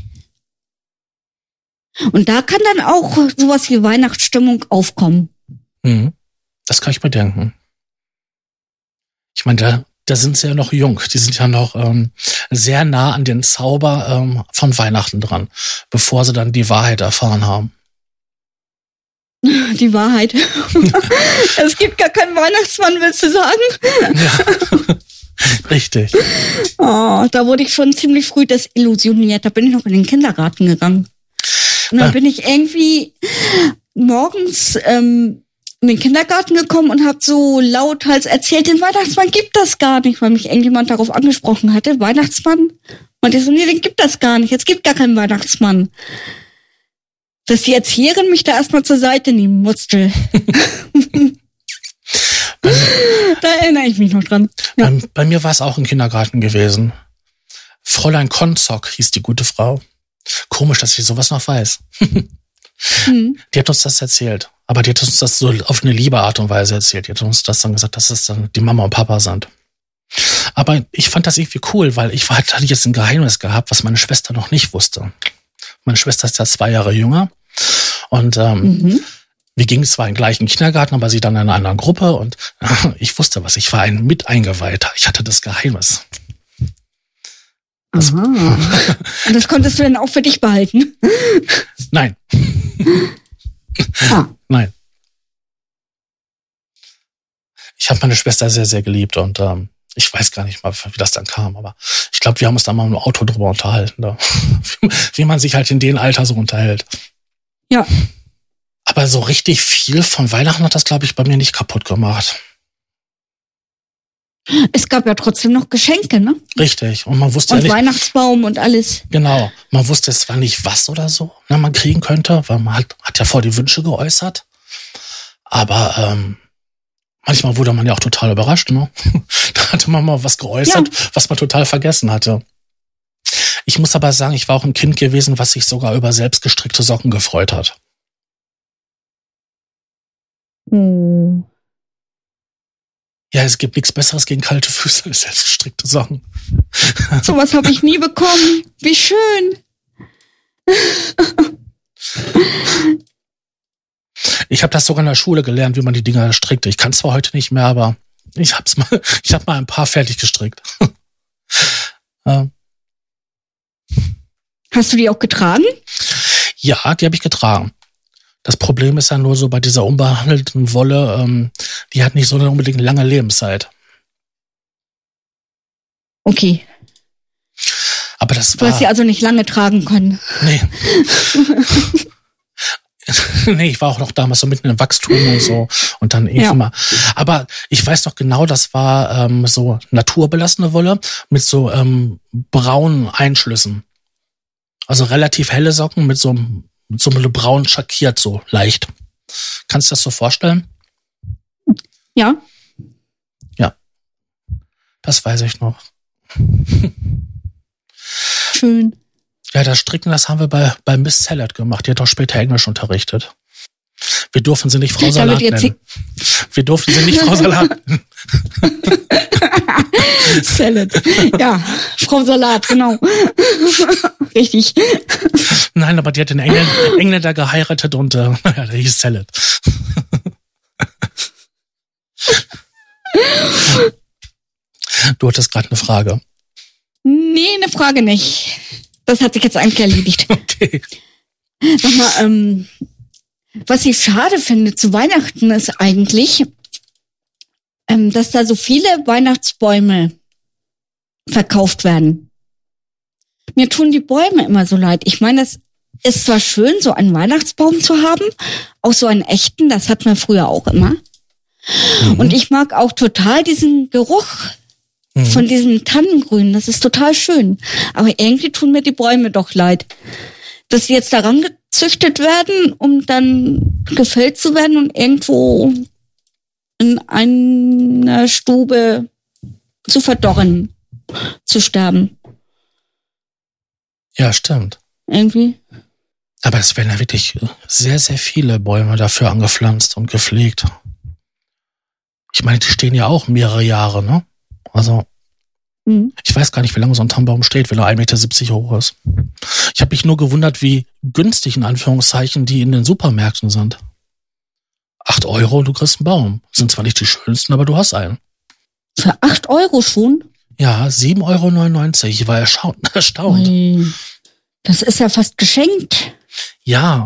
Und da kann dann auch sowas wie Weihnachtsstimmung aufkommen. Das kann ich mir denken. Ich meine, da sind sie ja noch jung. Die sind ja noch sehr nah an den Zauber von Weihnachten dran, bevor sie dann die Wahrheit erfahren haben. Die Wahrheit. Es gibt gar keinen Weihnachtsmann, willst du sagen? Ja, richtig. Oh, da wurde ich schon ziemlich früh desillusioniert. Da bin ich noch in den Kindergarten gegangen. Und dann bin ich irgendwie morgens in den Kindergarten gekommen und habe so lauthals erzählt, den Weihnachtsmann gibt das gar nicht, weil mich irgendjemand darauf angesprochen hatte. Weihnachtsmann? Und ich so, nee, den gibt das gar nicht. Es gibt gar keinen Weihnachtsmann. Dass die Erzieherin mich da erstmal zur Seite nehmen musste. Da erinnere ich mich noch dran. Ja. Bei mir war es auch im Kindergarten gewesen. Fräulein Konzock hieß die gute Frau. Komisch, dass ich sowas noch weiß. Die hat uns das erzählt. Aber die hat uns das so auf eine liebe Art und Weise erzählt. Die hat uns das dann gesagt, dass es dann die Mama und Papa sind. Aber ich fand das irgendwie cool, weil hatte jetzt ein Geheimnis gehabt, was meine Schwester noch nicht wusste. Meine Schwester ist ja 2 Jahre jünger. Und wir gingen zwar in den gleichen Kindergarten, aber sie dann in einer anderen Gruppe. Und ich wusste was. Ich war ein Miteingeweihter. Ich hatte das Geheimnis. Aha. Und das konntest du dann auch für dich behalten? Nein. Nein. Ich habe meine Schwester sehr, sehr geliebt und ich weiß gar nicht mal, wie das dann kam, aber ich glaube, wir haben uns da mal im Auto drüber unterhalten, da. Wie man sich halt in dem Alter so unterhält. Ja. Aber so richtig viel von Weihnachten hat das, glaube ich, bei mir nicht kaputt gemacht. Es gab ja trotzdem noch Geschenke, ne? Richtig. Und man wusste und ja nicht. Weihnachtsbaum und alles. Genau. Man wusste zwar nicht, was oder so man kriegen könnte, weil man hat ja vor die Wünsche geäußert. Aber manchmal wurde man ja auch total überrascht, ne? Da hatte man mal was geäußert, was man total vergessen hatte. Ich muss aber sagen, ich war auch ein Kind gewesen, was sich sogar über selbstgestrickte Socken gefreut hat. Ja, es gibt nichts Besseres gegen kalte Füße als selbstgestrickte Socken. Sowas habe ich nie bekommen. Wie schön. Ich habe das sogar in der Schule gelernt, wie man die Dinger strickt. Ich kann zwar heute nicht mehr, aber ich habe mal ein paar fertig gestrickt. Hast du die auch getragen? Ja, die habe ich getragen. Das Problem ist ja nur so bei dieser unbehandelten Wolle, die hat nicht so eine unbedingt lange Lebenszeit. Okay. Aber das Du hast sie also nicht lange tragen können. Nee. Nee, ich war auch noch damals so mitten im Wachstum und so. Und dann irgendwie mal. Aber ich weiß noch genau, das war so naturbelassene Wolle mit so braunen Einschlüssen. Also relativ helle Socken mit so braun schattiert, so leicht. Kannst du das so vorstellen? Ja. Ja. Das weiß ich noch. Schön. Ja, das Stricken, das haben wir bei Miss Salad gemacht. Die hat auch später Englisch unterrichtet. Wir durften sie nicht Frau Salat nennen. Wir durften sie nicht Frau Salat nennen. Salad. Ja, Frau Salat, genau. Richtig. Nein, aber die hat den Engländer geheiratet und ja, der hieß Salad. Du hattest gerade eine Frage. Nee, eine Frage nicht. Das hat sich jetzt eigentlich erledigt. Okay. Sag mal, was ich schade finde zu Weihnachten ist eigentlich, dass da so viele Weihnachtsbäume verkauft werden. Mir tun die Bäume immer so leid. Ich meine, es ist zwar schön, so einen Weihnachtsbaum zu haben, auch so einen echten, das hatten wir früher auch immer. Und ich mag auch total diesen Geruch von diesem Tannengrün. Das ist total schön. Aber irgendwie tun mir die Bäume doch leid. Dass sie jetzt daran gezüchtet werden, um dann gefällt zu werden und irgendwo in einer Stube zu verdorren, zu sterben. Ja, stimmt. Irgendwie. Aber es werden ja wirklich sehr, sehr viele Bäume dafür angepflanzt und gepflegt. Ich meine, die stehen ja auch mehrere Jahre, ne? Also, ich weiß gar nicht, wie lange so ein Tannenbaum steht, wenn er 1,70 Meter hoch ist. Ich habe mich nur gewundert, wie günstig, in Anführungszeichen, die in den Supermärkten sind. 8 Euro und du kriegst einen Baum. Sind zwar nicht die schönsten, aber du hast einen. Für 8 Euro schon? Ja, 7,99 Euro. Ich war erstaunt. Ui, das ist ja fast geschenkt. Ja.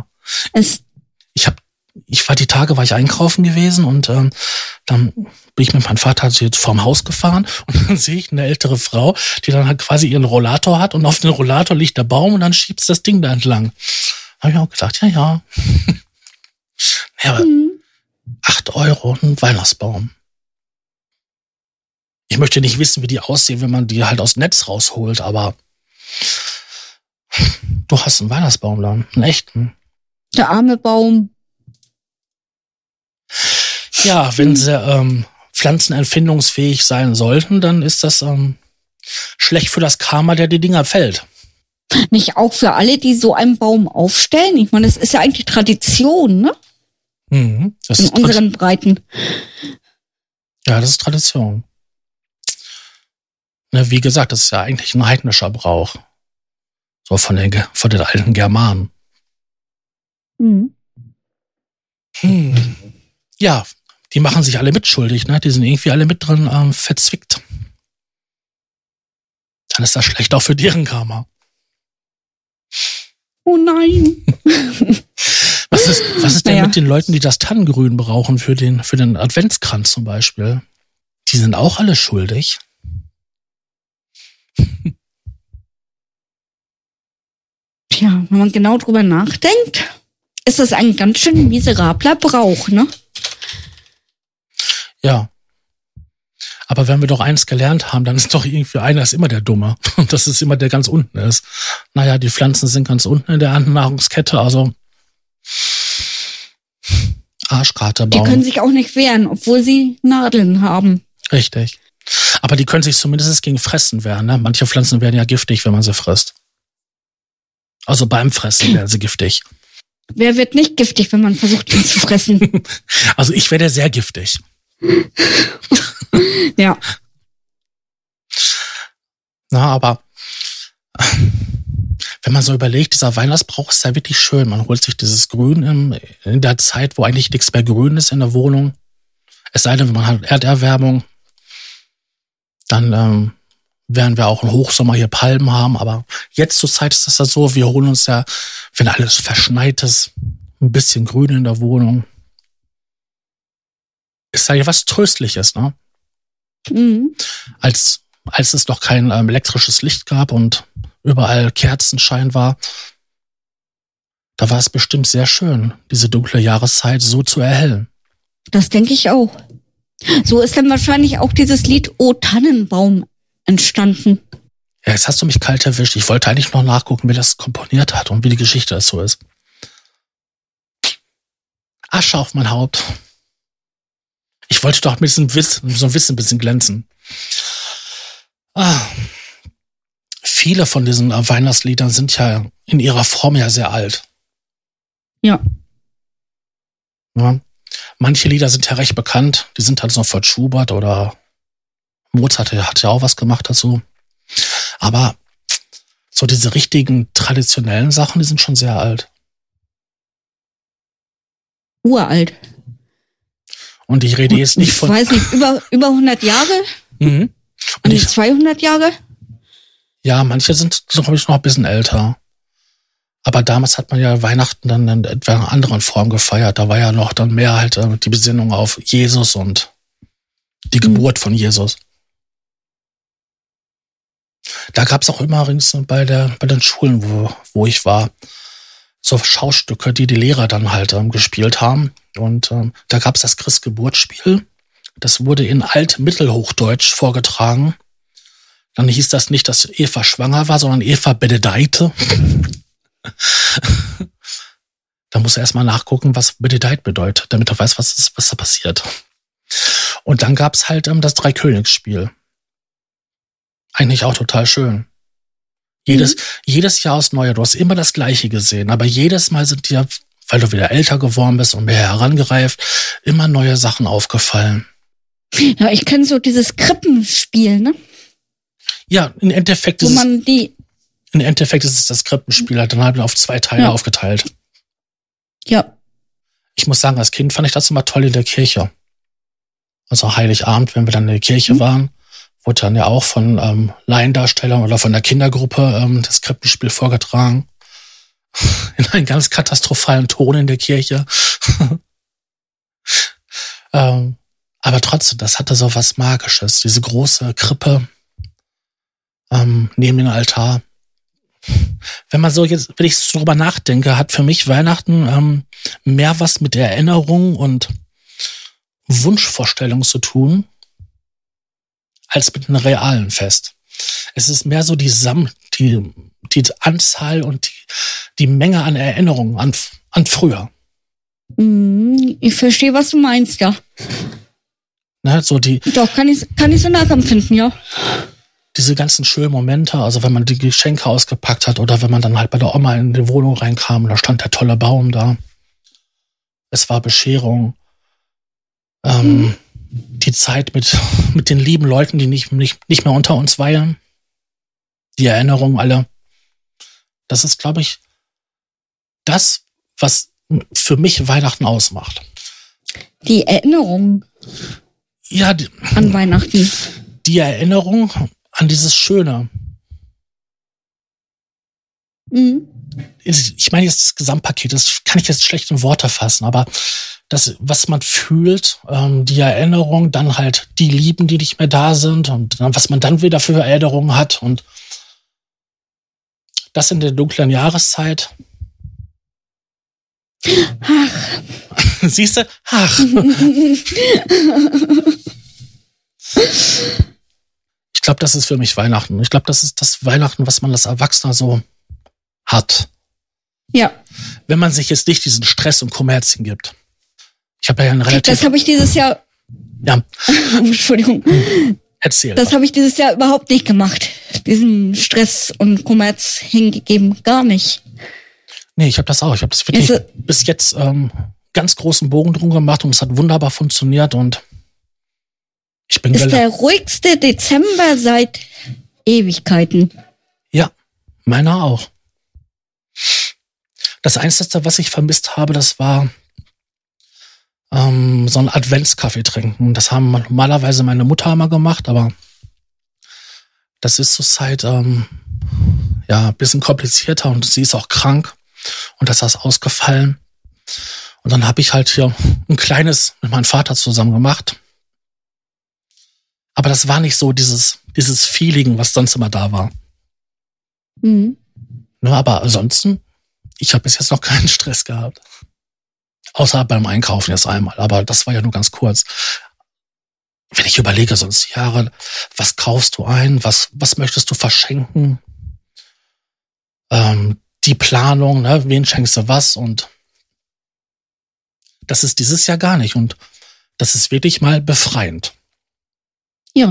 War ich einkaufen gewesen und dann bin ich mit meinem Vater jetzt vorm Haus gefahren und dann sehe ich eine ältere Frau, die dann halt quasi ihren Rollator hat und auf dem Rollator liegt der Baum und dann schiebst das Ding da entlang. Da habe ich auch gedacht, ja. Ja, 8 Euro, ein Weihnachtsbaum. Ich möchte nicht wissen, wie die aussehen, wenn man die halt aus dem Netz rausholt, aber du hast einen Weihnachtsbaum da, einen echten. Der arme Baum. Ja, wenn sie Pflanzen erfindungsfähig sein sollten, dann ist das schlecht für das Karma, der die Dinger fällt. Nicht auch für alle, die so einen Baum aufstellen? Ich meine, das ist ja eigentlich Tradition, ne? Das in ist unseren Breiten. Ja, das ist Tradition. Ne, wie gesagt, das ist ja eigentlich ein heidnischer Brauch. So von den alten Germanen. Ja, die machen sich alle mitschuldig, ne? Die sind irgendwie alle mit drin verzwickt. Dann ist das schlecht auch für deren Karma. Oh nein. Was ist denn mit den Leuten, die das Tannengrün brauchen für den Adventskranz zum Beispiel? Die sind auch alle schuldig. Tja, wenn man genau drüber nachdenkt, ist das ein ganz schön miserabler Brauch, ne? Ja. Aber wenn wir doch eins gelernt haben, dann ist doch irgendwie einer ist immer der Dumme. Und das ist immer der ganz unten ist. Naja, die Pflanzen sind ganz unten in der Nahrungskette, also Arschkartebaum. Die können sich auch nicht wehren, obwohl sie Nadeln haben. Richtig. Aber die können sich zumindest gegen Fressen wehren, ne? Manche Pflanzen werden ja giftig, wenn man sie frisst. Also beim Fressen werden sie giftig. Wer wird nicht giftig, wenn man versucht, ihn zu fressen? Also ich werde sehr giftig. Ja. Na, aber wenn man so überlegt, dieser Weihnachtsbrauch ist ja wirklich schön. Man holt sich dieses Grün in der Zeit, wo eigentlich nichts mehr grün ist in der Wohnung. Es sei denn, man hat Erderwärmung. Dann werden wir auch im Hochsommer hier Palmen haben. Aber jetzt zur Zeit ist das ja so, wir holen uns ja, wenn alles verschneit ist, ein bisschen Grün in der Wohnung. Ist ja was Tröstliches, ne? Als es noch kein elektrisches Licht gab und überall Kerzenschein war, da war es bestimmt sehr schön, diese dunkle Jahreszeit so zu erhellen. Das denke ich auch. So ist dann wahrscheinlich auch dieses Lied O Tannenbaum entstanden. Ja, jetzt hast du mich kalt erwischt. Ich wollte eigentlich noch nachgucken, wer das komponiert hat und wie die Geschichte das so ist. Asche auf mein Haupt. Ich wollte doch mit so ein Wissen ein bisschen glänzen. Viele von diesen Weihnachtsliedern sind ja in ihrer Form ja sehr alt. Ja. Manche Lieder sind ja recht bekannt. Die sind halt so von Schubert oder Mozart hat ja auch was gemacht dazu. Aber so diese richtigen traditionellen Sachen, die sind schon sehr alt. Uralt. Und ich rede jetzt nicht von... Ich weiß nicht, über 100 Jahre? Und Und 200 Jahre? Ja, manche sind, glaube ich, noch ein bisschen älter. Aber damals hat man ja Weihnachten dann in etwa einer anderen Form gefeiert. Da war ja noch dann mehr halt die Besinnung auf Jesus und die Geburt von Jesus. Da gab es auch immer bei den Schulen, wo ich war, so Schaustücke, die Lehrer dann halt gespielt haben. Und da gab es das Christgeburtsspiel. Das wurde in Altmittelhochdeutsch vorgetragen. Dann hieß das nicht, dass Eva schwanger war, sondern Eva benedeite. Da muss er erstmal nachgucken, was benedeit bedeutet, damit er weiß, was da passiert. Und dann gab es halt das Dreikönigsspiel. Eigentlich auch total schön. Jedes Jahr aufs Neue. Du hast immer das Gleiche gesehen, aber jedes Mal sind dir, weil du wieder älter geworden bist und mehr herangereift, immer neue Sachen aufgefallen. Ja, ich kenne so dieses Krippenspiel, ne? Ja, im Endeffekt ist es das Krippenspiel, halt dann halt auf 2 Teile aufgeteilt. Ja. Ich muss sagen, als Kind fand ich das immer toll in der Kirche. Also Heiligabend, wenn wir dann in der Kirche waren, wurde dann ja auch von Laiendarstellern oder von der Kindergruppe das Krippenspiel vorgetragen. In einem ganz katastrophalen Ton in der Kirche. Aber trotzdem, das hatte so was Magisches. Diese große Krippe neben dem Altar. Wenn ich so drüber nachdenke, hat für mich Weihnachten mehr was mit Erinnerung und Wunschvorstellung zu tun, als mit einem realen Fest. Es ist mehr so die Anzahl und die Menge an Erinnerungen an früher. Ich verstehe, was du meinst, ja. Ne, Doch, kann ich so nachempfinden, ja. Diese ganzen schönen Momente, also wenn man die Geschenke ausgepackt hat oder wenn man dann halt bei der Oma in die Wohnung reinkam und da stand der tolle Baum da. Es war Bescherung. Die Zeit mit den lieben Leuten, die nicht mehr unter uns weilen. Die Erinnerungen alle. Das ist, glaube ich, das, was für mich Weihnachten ausmacht. Die Erinnerung an Weihnachten. Die Erinnerung an dieses Schöne. Ich meine jetzt das Gesamtpaket, das kann ich jetzt schlecht in Worte fassen, aber das, was man fühlt, die Erinnerung, dann halt die Lieben, die nicht mehr da sind und dann, was man dann wieder für Erinnerungen hat und das in der dunklen Jahreszeit. Ach. Siehst du? Ach. Ich glaube, das ist für mich Weihnachten. Ich glaube, das ist das Weihnachten, was man als Erwachsener so hat. Ja. Wenn man sich jetzt nicht diesen Stress und Kommerz hingibt. Ich habe ja einen relativ... Das habe ich dieses Jahr... Ja. Entschuldigung. Erzähl. Das habe ich dieses Jahr überhaupt nicht gemacht. Diesen Stress und Kommerz hingegeben. Gar nicht. Nee, ich habe das auch. Ich habe das wirklich bis jetzt ganz großen Bogen drum gemacht und es hat wunderbar funktioniert und ich bin ist der ruhigste Dezember seit Ewigkeiten. Ja, meiner auch. Das Einzige, was ich vermisst habe, das war so ein Adventskaffee trinken. Das haben normalerweise meine Mutter immer gemacht, aber das ist zurzeit ein bisschen komplizierter und sie ist auch krank und das ist ausgefallen. Und dann habe ich halt hier ein kleines mit meinem Vater zusammen gemacht. Aber das war nicht so dieses Feeling, was sonst immer da war. Mhm. Ne, aber ansonsten, ich habe bis jetzt noch keinen Stress gehabt. Außer beim Einkaufen jetzt einmal. Aber das war ja nur ganz kurz. Wenn ich überlege, sonst Jahre, was kaufst du ein? Was möchtest du verschenken? Die Planung, ne? Wen schenkst du was? Und das ist dieses Jahr gar nicht. Und das ist wirklich mal befreiend. Ja.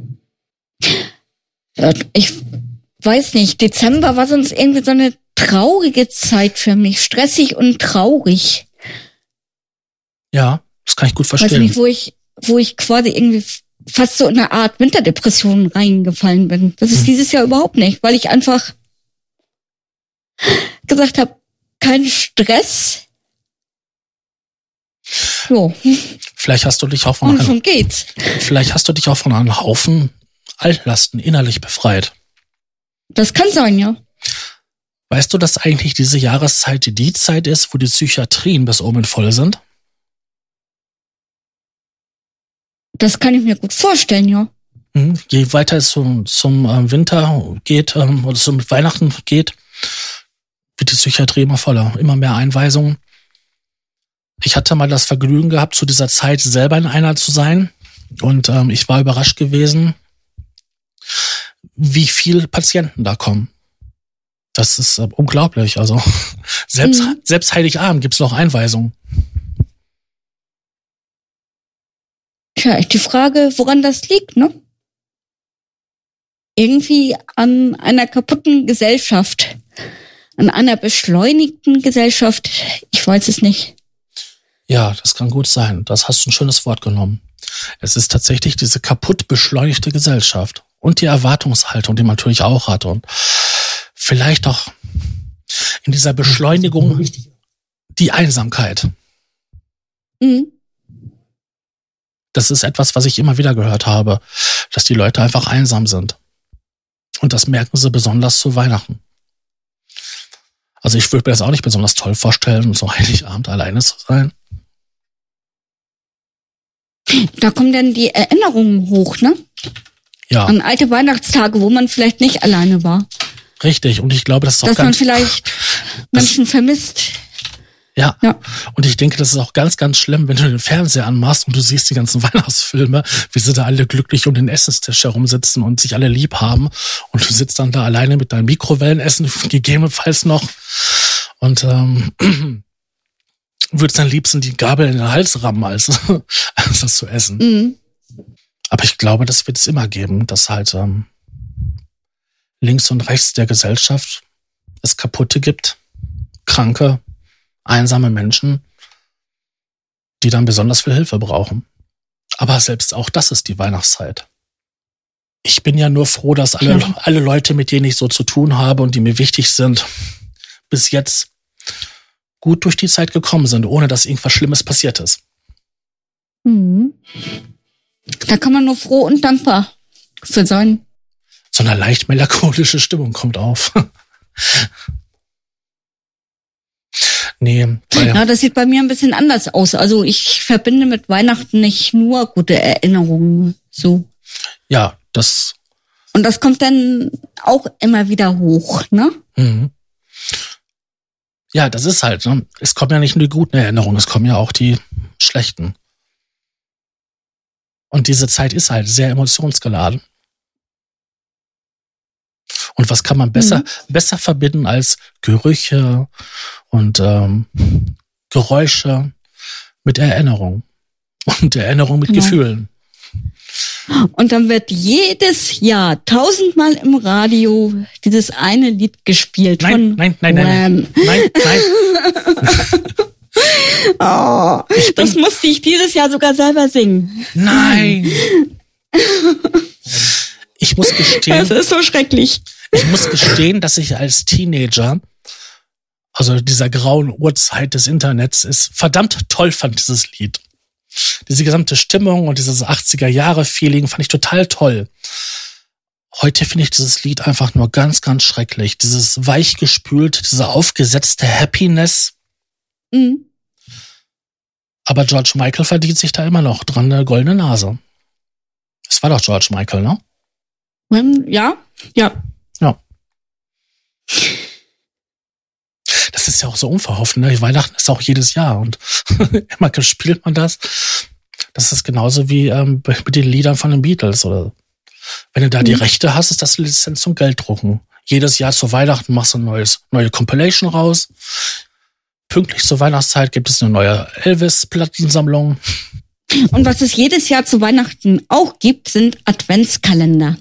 Ich weiß nicht, Dezember war sonst irgendwie so eine traurige Zeit für mich. Stressig und traurig. Ja, das kann ich gut verstehen. Weiß nicht, wo ich quasi irgendwie fast so in eine Art Winterdepression reingefallen bin. Das ist dieses Jahr überhaupt nicht, weil ich einfach gesagt habe, kein Stress. So. Vielleicht hast du dich auch Und schon geht's. Vielleicht hast du dich auch von einem Haufen Altlasten innerlich befreit. Das kann sein, ja. Weißt du, dass eigentlich diese Jahreszeit die Zeit ist, wo die Psychiatrien bis oben voll sind? Das kann ich mir gut vorstellen, ja. Je weiter es zum Winter geht oder zum Weihnachten geht, wird die Psychiatrie immer voller, immer mehr Einweisungen. Ich hatte mal das Vergnügen gehabt, zu dieser Zeit selber in einer zu sein. Und ich war überrascht gewesen, wie viele Patienten da kommen. Das ist unglaublich. Also selbst Heiligabend gibt's noch Einweisungen. Tja, die Frage, woran das liegt, ne? Irgendwie an einer kaputten Gesellschaft, an einer beschleunigten Gesellschaft. Ich weiß es nicht. Ja, das kann gut sein. Das hast du ein schönes Wort genommen. Es ist tatsächlich diese kaputt beschleunigte Gesellschaft und die Erwartungshaltung, die man natürlich auch hat und vielleicht auch in dieser Beschleunigung die Einsamkeit. Das ist etwas, was ich immer wieder gehört habe, dass die Leute einfach einsam sind. Und das merken sie besonders zu Weihnachten. Also ich würde mir das auch nicht besonders toll vorstellen, so Heiligabend alleine zu sein. Da kommen dann die Erinnerungen hoch, ne? Ja. An alte Weihnachtstage, wo man vielleicht nicht alleine war. Richtig. Und ich glaube, das ist auch dass man vielleicht Menschen vermisst. Ja. Und ich denke, das ist auch ganz, ganz schlimm, wenn du den Fernseher anmachst und du siehst die ganzen Weihnachtsfilme, wie sie da alle glücklich um den Essenstisch herumsitzen und sich alle lieb haben. Und du sitzt dann da alleine mit deinem Mikrowellenessen, gegebenenfalls noch. Und würdest am liebsten die Gabel in den Hals rammen, als das zu essen. Aber ich glaube, das wird es immer geben, dass halt links und rechts der Gesellschaft es Kaputte gibt, kranke, einsame Menschen, die dann besonders viel Hilfe brauchen. Aber selbst auch das ist die Weihnachtszeit. Ich bin ja nur froh, dass alle Leute, mit denen ich so zu tun habe und die mir wichtig sind, bis jetzt gut durch die Zeit gekommen sind, ohne dass irgendwas Schlimmes passiert ist. Da kann man nur froh und dankbar für sein. So eine leicht melancholische Stimmung kommt auf. Nee. Ja, das sieht bei mir ein bisschen anders aus. Also ich verbinde mit Weihnachten nicht nur gute Erinnerungen. So. Ja, das. Und das kommt dann auch immer wieder hoch, ne? Ja, das ist halt, ne? Es kommen ja nicht nur die guten Erinnerungen, es kommen ja auch die schlechten. Und diese Zeit ist halt sehr emotionsgeladen. Und was kann man besser verbinden als Gerüche und Geräusche mit Erinnerung und Erinnerung mit Gefühlen. Und dann wird jedes Jahr 1000-mal im Radio dieses eine Lied gespielt. Nein. Oh, das musste ich dieses Jahr sogar selber singen. Nein. Ich muss gestehen. Das ist so schrecklich. Ich muss gestehen, dass ich als Teenager, also dieser grauen Uhrzeit des Internets, es verdammt toll fand, dieses Lied. Diese gesamte Stimmung und dieses 80er-Jahre-Feeling fand ich total toll. Heute finde ich dieses Lied einfach nur ganz, ganz schrecklich. Dieses weichgespült, diese aufgesetzte Happiness. Aber George Michael verdient sich da immer noch dran eine goldene Nase. Das war doch George Michael, ne? Ja. Das ist ja auch so unverhofft, ne? Weihnachten ist auch jedes Jahr und immer spielt man das. Das ist genauso wie mit den Liedern von den Beatles. Oder wenn du da die Rechte hast, ist das eine Lizenz zum Gelddrucken. Jedes Jahr zu Weihnachten machst du eine neue Compilation raus. Pünktlich zur Weihnachtszeit gibt es eine neue Elvis-Plattensammlung. Und was es jedes Jahr zu Weihnachten auch gibt, sind Adventskalender.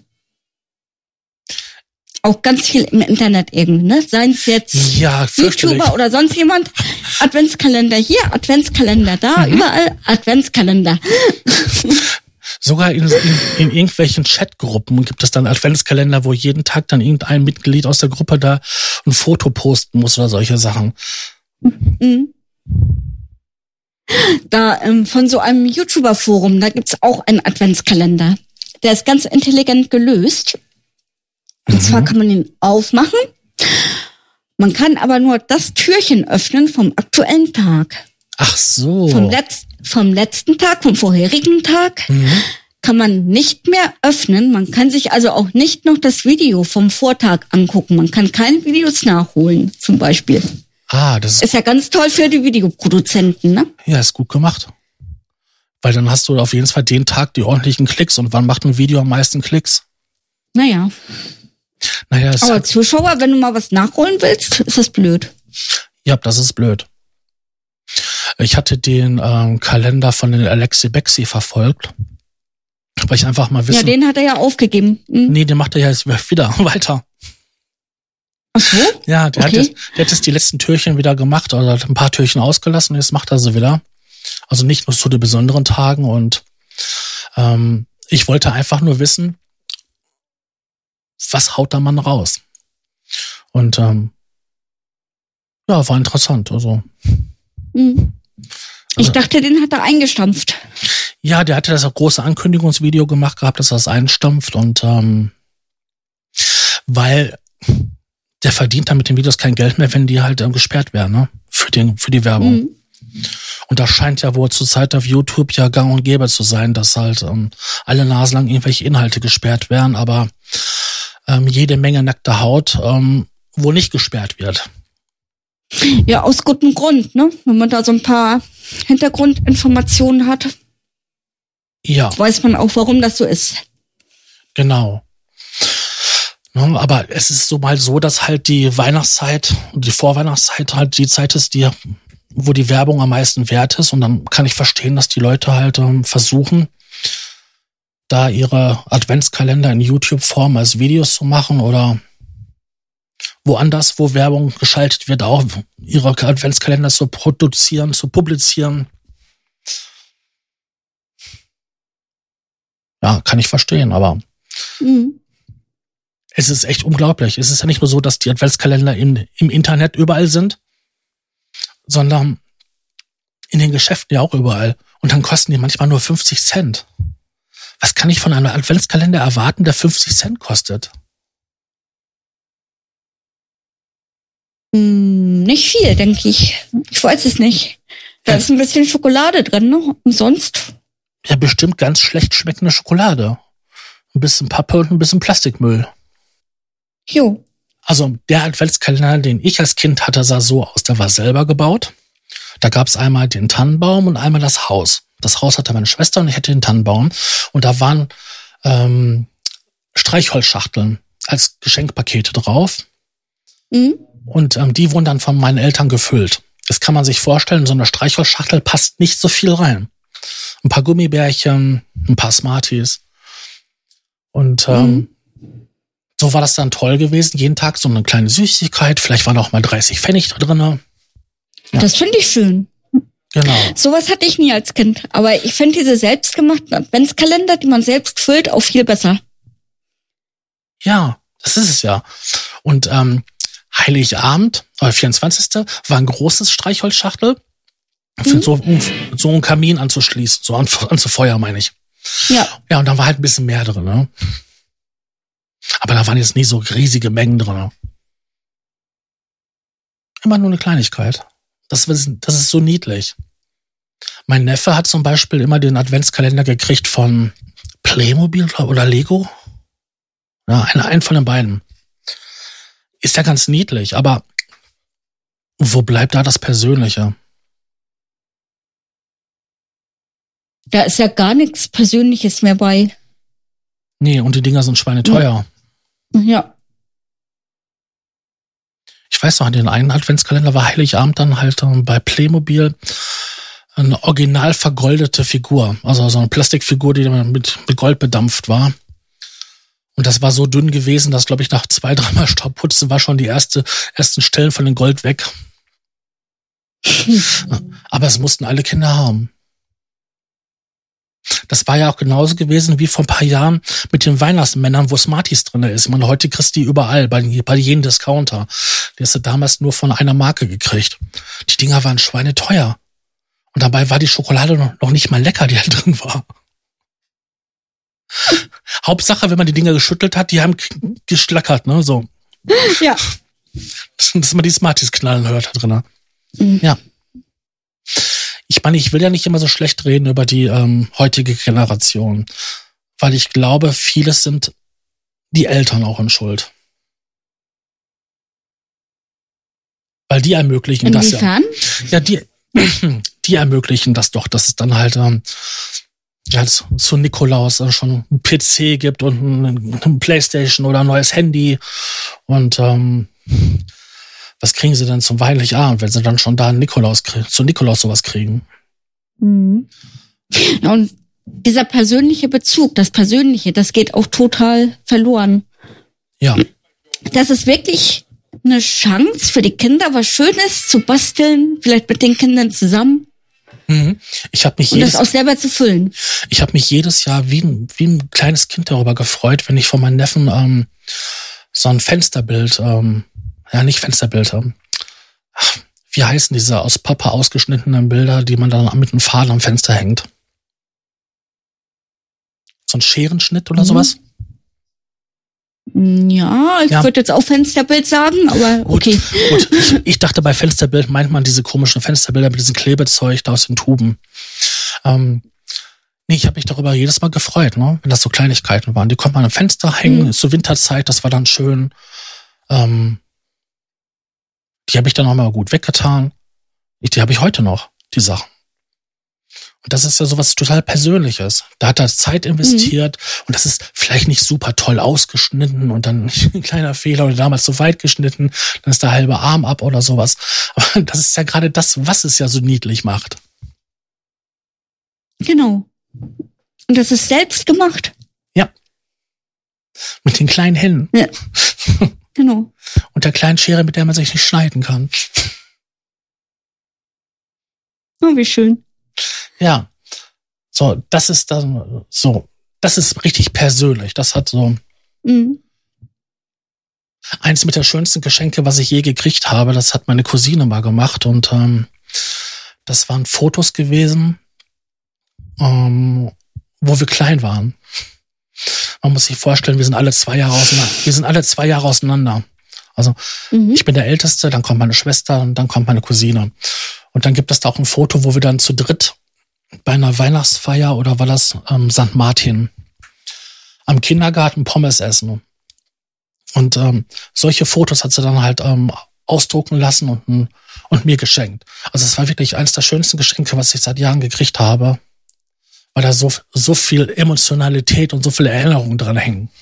Auch ganz viel im Internet irgendwie, ne? Seien es jetzt YouTuber oder sonst jemand. Adventskalender hier, Adventskalender da, überall Adventskalender. Sogar in irgendwelchen Chatgruppen gibt es dann Adventskalender, wo jeden Tag dann irgendein Mitglied aus der Gruppe da ein Foto posten muss oder solche Sachen. Da von so einem YouTuber-Forum, da gibt's auch einen Adventskalender. Der ist ganz intelligent gelöst. Und zwar kann man den aufmachen. Man kann aber nur das Türchen öffnen vom aktuellen Tag. Ach so. Vom letzten Tag, vom vorherigen Tag kann man nicht mehr öffnen. Man kann sich also auch nicht noch das Video vom Vortag angucken. Man kann keine Videos nachholen, zum Beispiel. Das ist ja ganz toll für die Videoproduzenten, ne? Ja, ist gut gemacht. Weil dann hast du auf jeden Fall den Tag die ordentlichen Klicks. Und wann macht ein Video am meisten Klicks? Naja, aber Zuschauer, wenn du mal was nachholen willst, ist das blöd. Ja, das ist blöd. Ich hatte den Kalender von den Alexi Bexi verfolgt. Weil ich einfach mal wissen... Ja, den hat er ja aufgegeben. Nee, den macht er ja jetzt wieder weiter. Ach so? Ja, der hat jetzt die letzten Türchen wieder gemacht, oder hat ein paar Türchen ausgelassen, und jetzt macht er sie wieder. Also nicht nur zu den besonderen Tagen, und ich wollte einfach nur wissen, was haut der Mann raus? Und war interessant. Also. Ich dachte, den hat er eingestampft. Ja, der hatte das große Ankündigungsvideo gemacht gehabt, dass er es einstampft, und weil der verdient dann mit den Videos kein Geld mehr, wenn die halt gesperrt werden, ne? Für die Werbung. Und das scheint ja wohl zur Zeit auf YouTube ja gang und gäbe zu sein, dass halt alle Nasen lang irgendwelche Inhalte gesperrt werden, aber jede Menge nackte Haut wohl nicht gesperrt wird. Ja, aus gutem Grund, ne? Wenn man da so ein paar Hintergrundinformationen hat, weiß man auch, warum das so ist. Genau. Ne, aber es ist so mal so, dass halt die Weihnachtszeit und die Vorweihnachtszeit halt die Zeit ist, wo die Werbung am meisten wert ist. Und dann kann ich verstehen, dass die Leute halt versuchen, da ihre Adventskalender in YouTube-Form als Videos zu machen oder woanders, wo Werbung geschaltet wird, auch ihre Adventskalender zu produzieren, zu publizieren. Ja, kann ich verstehen, aber es ist echt unglaublich. Es ist ja nicht nur so, dass die Adventskalender im Internet überall sind, sondern in den Geschäften ja auch überall. Und dann kosten die manchmal nur 50 Cent. Was kann ich von einem Adventskalender erwarten, der 50 Cent kostet? Nicht viel, denke ich. Ich weiß es nicht. Da ist ein bisschen Schokolade drin, ne? Und sonst? Ja, bestimmt ganz schlecht schmeckende Schokolade. Ein bisschen Pappe und ein bisschen Plastikmüll. Jo. Also der Adventskalender, den ich als Kind hatte, sah so aus, der war selber gebaut. Da gab es einmal den Tannenbaum und einmal das Haus. Das Haus hatte meine Schwester und ich hatte den Tannenbaum. Und da waren Streichholzschachteln als Geschenkpakete drauf. Und die wurden dann von meinen Eltern gefüllt. Das kann man sich vorstellen, so eine Streichholzschachtel passt nicht so viel rein. Ein paar Gummibärchen, ein paar Smarties. Und so war das dann toll gewesen. Jeden Tag so eine kleine Süßigkeit. Vielleicht waren auch mal 30 Pfennig da drin. Ja. Das finde ich schön. Genau. Sowas hatte ich nie als Kind. Aber ich finde diese selbstgemachten Adventskalender, die man selbst füllt, auch viel besser. Ja, das ist es ja. Und Heiligabend, 24. war ein großes Streichholzschachtel für so einen Kamin anzuschließen, so anzufeuern, meine ich. Ja. Ja, und da war halt ein bisschen mehr drin, ne? Aber da waren jetzt nie so riesige Mengen drin. Immer nur eine Kleinigkeit. Das ist so niedlich. Mein Neffe hat zum Beispiel immer den Adventskalender gekriegt von Playmobil oder Lego. Ja, einen von den beiden. Ist ja ganz niedlich, aber wo bleibt da das Persönliche? Da ist ja gar nichts Persönliches mehr bei. Nee, und die Dinger sind schweineteuer. Ja. Ich weiß noch, in den einen Adventskalender war Heiligabend dann halt bei Playmobil eine original vergoldete Figur. Also so eine Plastikfigur, die mit Gold bedampft war. Und das war so dünn gewesen, dass, glaube ich, nach 2-3 Mal Staubputzen war schon die ersten Stellen von dem Gold weg. Aber es mussten alle Kinder haben. Das war ja auch genauso gewesen wie vor ein paar Jahren mit den Weihnachtsmännern, wo Smarties drin ist. Ich meine, heute kriegst du die überall, bei jedem Discounter. Die hast du damals nur von einer Marke gekriegt. Die Dinger waren schweineteuer. Und dabei war die Schokolade noch nicht mal lecker, die da drin war. Hauptsache, wenn man die Dinger geschüttelt hat, die haben geschlackert, ne? So. Ja. Dass man die Smarties knallen hört da drin. Mhm. Ja. Ich meine, ich will ja nicht immer so schlecht reden über die heutige Generation, weil ich glaube, vieles sind die Eltern auch in Schuld. Weil die ermöglichen das ja. Inwiefern? Ja, die ermöglichen das doch, dass es dann halt zu Nikolaus schon einen PC gibt und eine Playstation oder ein neues Handy. Und was kriegen sie denn zum Weihnachtsabend, wenn sie dann schon da zu Nikolaus sowas kriegen? Mhm. Und dieser persönliche Bezug, das Persönliche, das geht auch total verloren. Ja. Das ist wirklich eine Chance für die Kinder, was Schönes zu basteln, vielleicht mit den Kindern zusammen. Mhm. Und das auch selber zu füllen. Ich habe mich jedes Jahr wie ein kleines Kind darüber gefreut, wenn ich von meinen Neffen so ein Fensterbild, nicht Fensterbild, wie heißen diese aus Pappe ausgeschnittenen Bilder, die man dann mit einem Faden am Fenster hängt? So ein Scherenschnitt oder sowas? Ja, ich würde jetzt auch Fensterbild sagen, aber okay. Gut. Ich dachte, bei Fensterbild meint man diese komischen Fensterbilder mit diesem Klebezeug da aus den Tuben. Ich habe mich darüber jedes Mal gefreut, ne? Wenn das so Kleinigkeiten waren. Die konnte man am Fenster hängen, zur Winterzeit, das war dann schön. Die habe ich dann auch mal gut weggetan. Die habe ich heute noch, die Sachen. Und das ist ja sowas total Persönliches. Da hat er Zeit investiert und das ist vielleicht nicht super toll ausgeschnitten und dann ein kleiner Fehler oder damals zu weit geschnitten, dann ist der halbe Arm ab oder sowas. Aber das ist ja gerade das, was es ja so niedlich macht. Genau. Und das ist selbst gemacht. Ja. Mit den kleinen Händen. Ja. Genau. Und der kleinen Schere, mit der man sich nicht schneiden kann. Oh, wie schön. Ja. So, das ist dann so. Das ist richtig persönlich. Das hat so eins mit der schönsten Geschenke, was ich je gekriegt habe. Das hat meine Cousine mal gemacht und das waren Fotos gewesen, wo wir klein waren. Man muss sich vorstellen, wir sind alle 2 Jahre auseinander. Also ich bin der Älteste, dann kommt meine Schwester und dann kommt meine Cousine. Und dann gibt es da auch ein Foto, wo wir dann zu dritt bei einer Weihnachtsfeier oder war das St. Martin am Kindergarten Pommes essen. Und solche Fotos hat sie dann halt ausdrucken lassen und mir geschenkt. Also es war wirklich eines der schönsten Geschenke, was ich seit Jahren gekriegt habe, weil da so viel Emotionalität und so viele Erinnerungen dran hängen.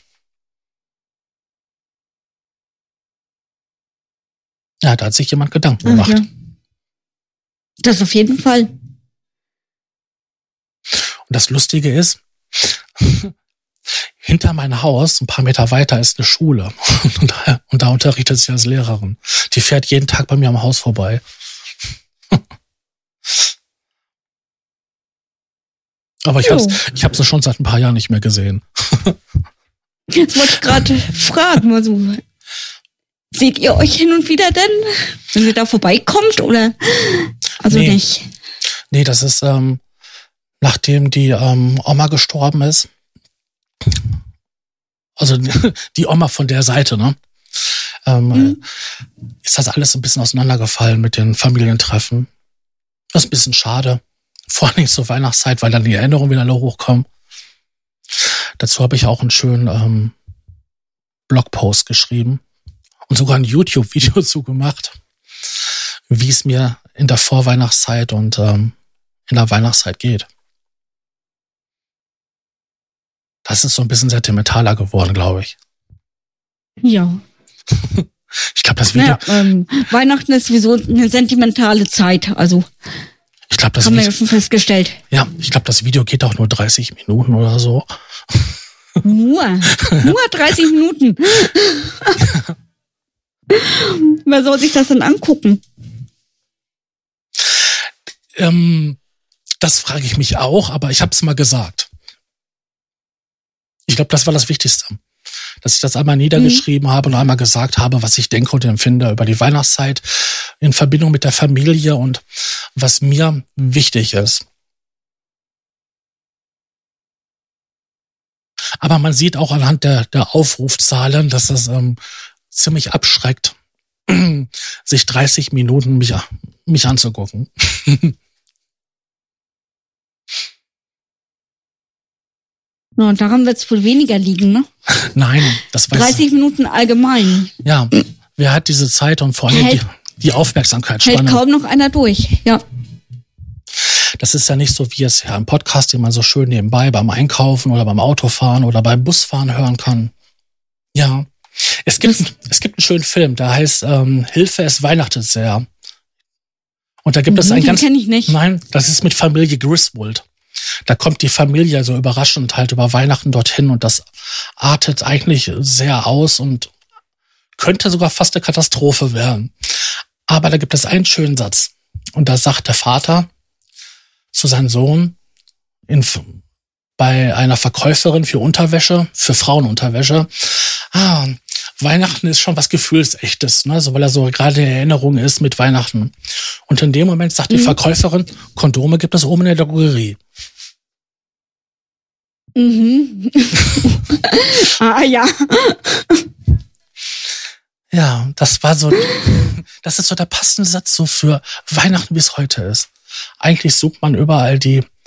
Ja, da hat sich jemand Gedanken gemacht. Ja. Das auf jeden Fall. Und das Lustige ist, hinter meinem Haus, ein paar Meter weiter, ist eine Schule. Und da unterrichtet sie als Lehrerin. Die fährt jeden Tag bei mir am Haus vorbei. Aber ich habe sie schon seit ein paar Jahren nicht mehr gesehen. Jetzt wollte ich gerade fragen, also, seht ihr euch hin und wieder denn, wenn sie da vorbeikommt oder? Also nee. Nicht. Nee, das ist, nachdem die Oma gestorben ist. Also die Oma von der Seite, ne? Ist das alles ein bisschen auseinandergefallen mit den Familientreffen. Das ist ein bisschen schade. Vor allem zur Weihnachtszeit, weil dann die Erinnerungen wieder alle hochkommen. Dazu habe ich auch einen schönen Blogpost geschrieben und sogar ein YouTube-Video zugemacht, wie es mir in der Vorweihnachtszeit und in der Weihnachtszeit geht. Das ist so ein bisschen sentimentaler geworden, glaube ich. Ja. Ich glaube, das Video... Ja, Weihnachten ist sowieso eine sentimentale Zeit, also ich glaube, das haben wir ja schon festgestellt. Ja, ich glaube, das Video geht auch nur 30 Minuten oder so. Nur 30 Minuten. Wer soll sich das denn angucken? Das frage ich mich auch, aber ich habe es mal gesagt. Ich glaube, das war das Wichtigste. Dass ich das einmal niedergeschrieben habe und einmal gesagt habe, was ich denke und empfinde über die Weihnachtszeit in Verbindung mit der Familie und was mir wichtig ist. Aber man sieht auch anhand der Aufrufzahlen, dass das ziemlich abschreckt, sich 30 Minuten mich anzugucken. Ja, und daran wird es wohl weniger liegen, ne? Nein, das weiß 30 Minuten allgemein. Ja, wer hat diese Zeit und vor allem die Aufmerksamkeitsspanne? Hält kaum noch einer durch, ja. Das ist ja nicht so wie es ja im Podcast, den man so schön nebenbei beim Einkaufen oder beim Autofahren oder beim Busfahren hören kann. Ja, es gibt einen schönen Film, der heißt Hilfe, es weihnachtet sehr. Und da gibt es einen ganz... Den kenn ich nicht. Nein, das ist mit Familie Griswold. Da kommt die Familie so überraschend halt über Weihnachten dorthin und das artet eigentlich sehr aus und könnte sogar fast eine Katastrophe werden. Aber da gibt es einen schönen Satz. Und da sagt der Vater zu seinem Sohn bei einer Verkäuferin für Unterwäsche, für Frauenunterwäsche, Weihnachten ist schon was Gefühlsechtes, ne? So, weil er so gerade in Erinnerung ist mit Weihnachten. Und in dem Moment sagt die Verkäuferin, Kondome gibt es oben in der Drogerie. Mhm. Ja. Ja, das ist so der passende Satz so für Weihnachten, wie es heute ist. Eigentlich sucht man überall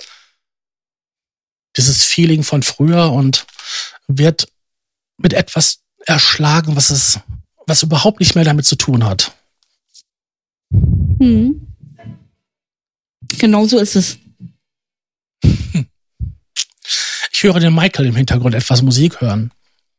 dieses Feeling von früher und wird mit etwas erschlagen, was überhaupt nicht mehr damit zu tun hat. Genau so ist es. Ich höre den Michael im Hintergrund etwas Musik hören.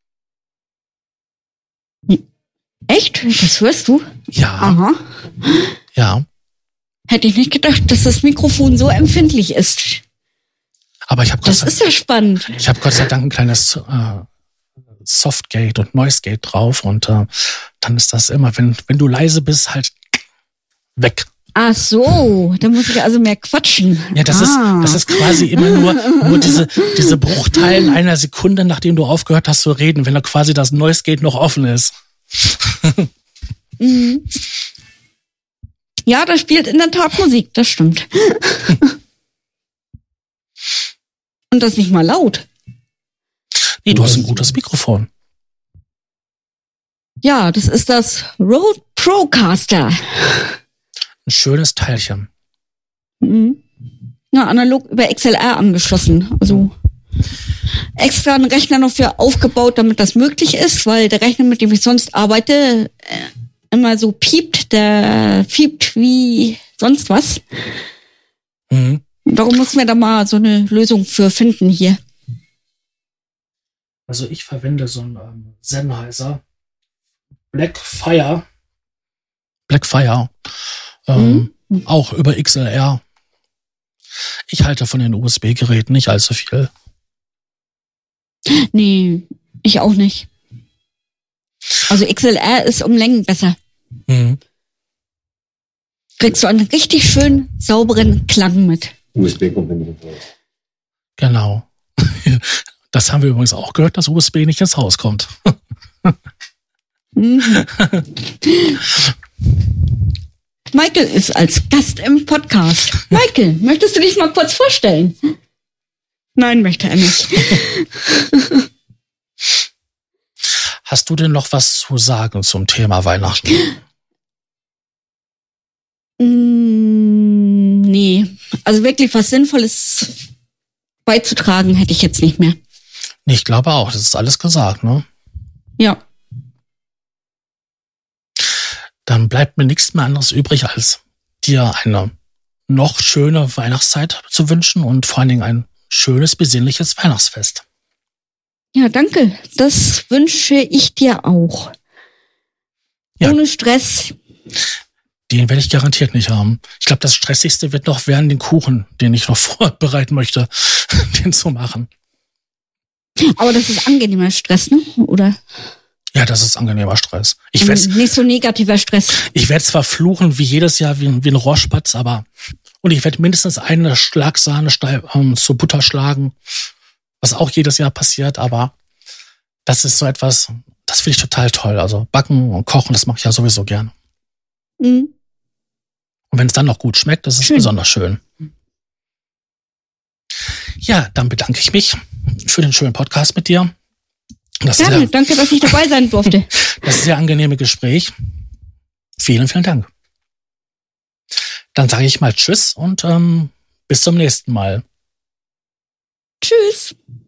Echt? Das hörst du? Ja. Aha. Ja. Hätte ich nicht gedacht, dass das Mikrofon so empfindlich ist. Aber ich habe Das ist ja spannend. Ich habe Gott sei Dank ein kleines Softgate und Noisegate drauf und dann ist das immer, wenn du leise bist, halt weg. Ach so, da muss ich also mehr quatschen. Ja, das ist quasi immer nur diese Bruchteilen einer Sekunde, nachdem du aufgehört hast zu reden, wenn da quasi das Noisegate noch offen ist. Ja, da spielt in der Tat Musik, das stimmt. Und das nicht mal laut. Nee, du hast ein gutes Mikrofon. Ja, das ist das Rode Procaster. Ein schönes Teilchen. Ja, analog über XLR angeschlossen. Also extra einen Rechner noch für aufgebaut, damit das möglich ist, weil der Rechner, mit dem ich sonst arbeite, immer so piept. Der piept wie sonst was. Darum müssen wir da mal so eine Lösung für finden hier. Also ich verwende so einen Sennheiser Blackfire. Auch über XLR. Ich halte von den USB-Geräten nicht allzu viel. Nee, ich auch nicht. Also XLR ist um Längen besser. Kriegst du einen richtig schön sauberen Klang mit. USB kommt nicht raus. Genau. Das haben wir übrigens auch gehört, dass USB nicht ins Haus kommt. Michael ist als Gast im Podcast. Michael, möchtest du dich mal kurz vorstellen? Nein, möchte er nicht. Hast du denn noch was zu sagen zum Thema Weihnachten? Nee, also wirklich was Sinnvolles beizutragen hätte ich jetzt nicht mehr. Nee, ich glaube auch, das ist alles gesagt, ne? Ja. Dann bleibt mir nichts mehr anderes übrig, als dir eine noch schöne Weihnachtszeit zu wünschen und vor allen Dingen ein schönes, besinnliches Weihnachtsfest. Ja, danke. Das wünsche ich dir auch. Ja. Ohne Stress. Den werde ich garantiert nicht haben. Ich glaube, das Stressigste wird noch werden, den Kuchen, den ich noch vorbereiten möchte, den zu machen. Aber das ist angenehmer Stress, ne? Oder? Ja, das ist angenehmer Stress. Nicht so negativer Stress. Ich werde zwar fluchen wie jedes Jahr wie ein Rohrspatz, und ich werde mindestens eine Schlagsahne zu Butter schlagen, was auch jedes Jahr passiert, aber das ist so etwas, das finde ich total toll. Also backen und kochen, das mache ich ja sowieso gern. Und wenn es dann noch gut schmeckt, das ist besonders schön. Ja, dann bedanke ich mich für den schönen Podcast mit dir. Gerne, danke, dass ich dabei sein durfte. Das sehr angenehme Gespräch. Vielen, vielen Dank. Dann sage ich mal Tschüss und bis zum nächsten Mal. Tschüss.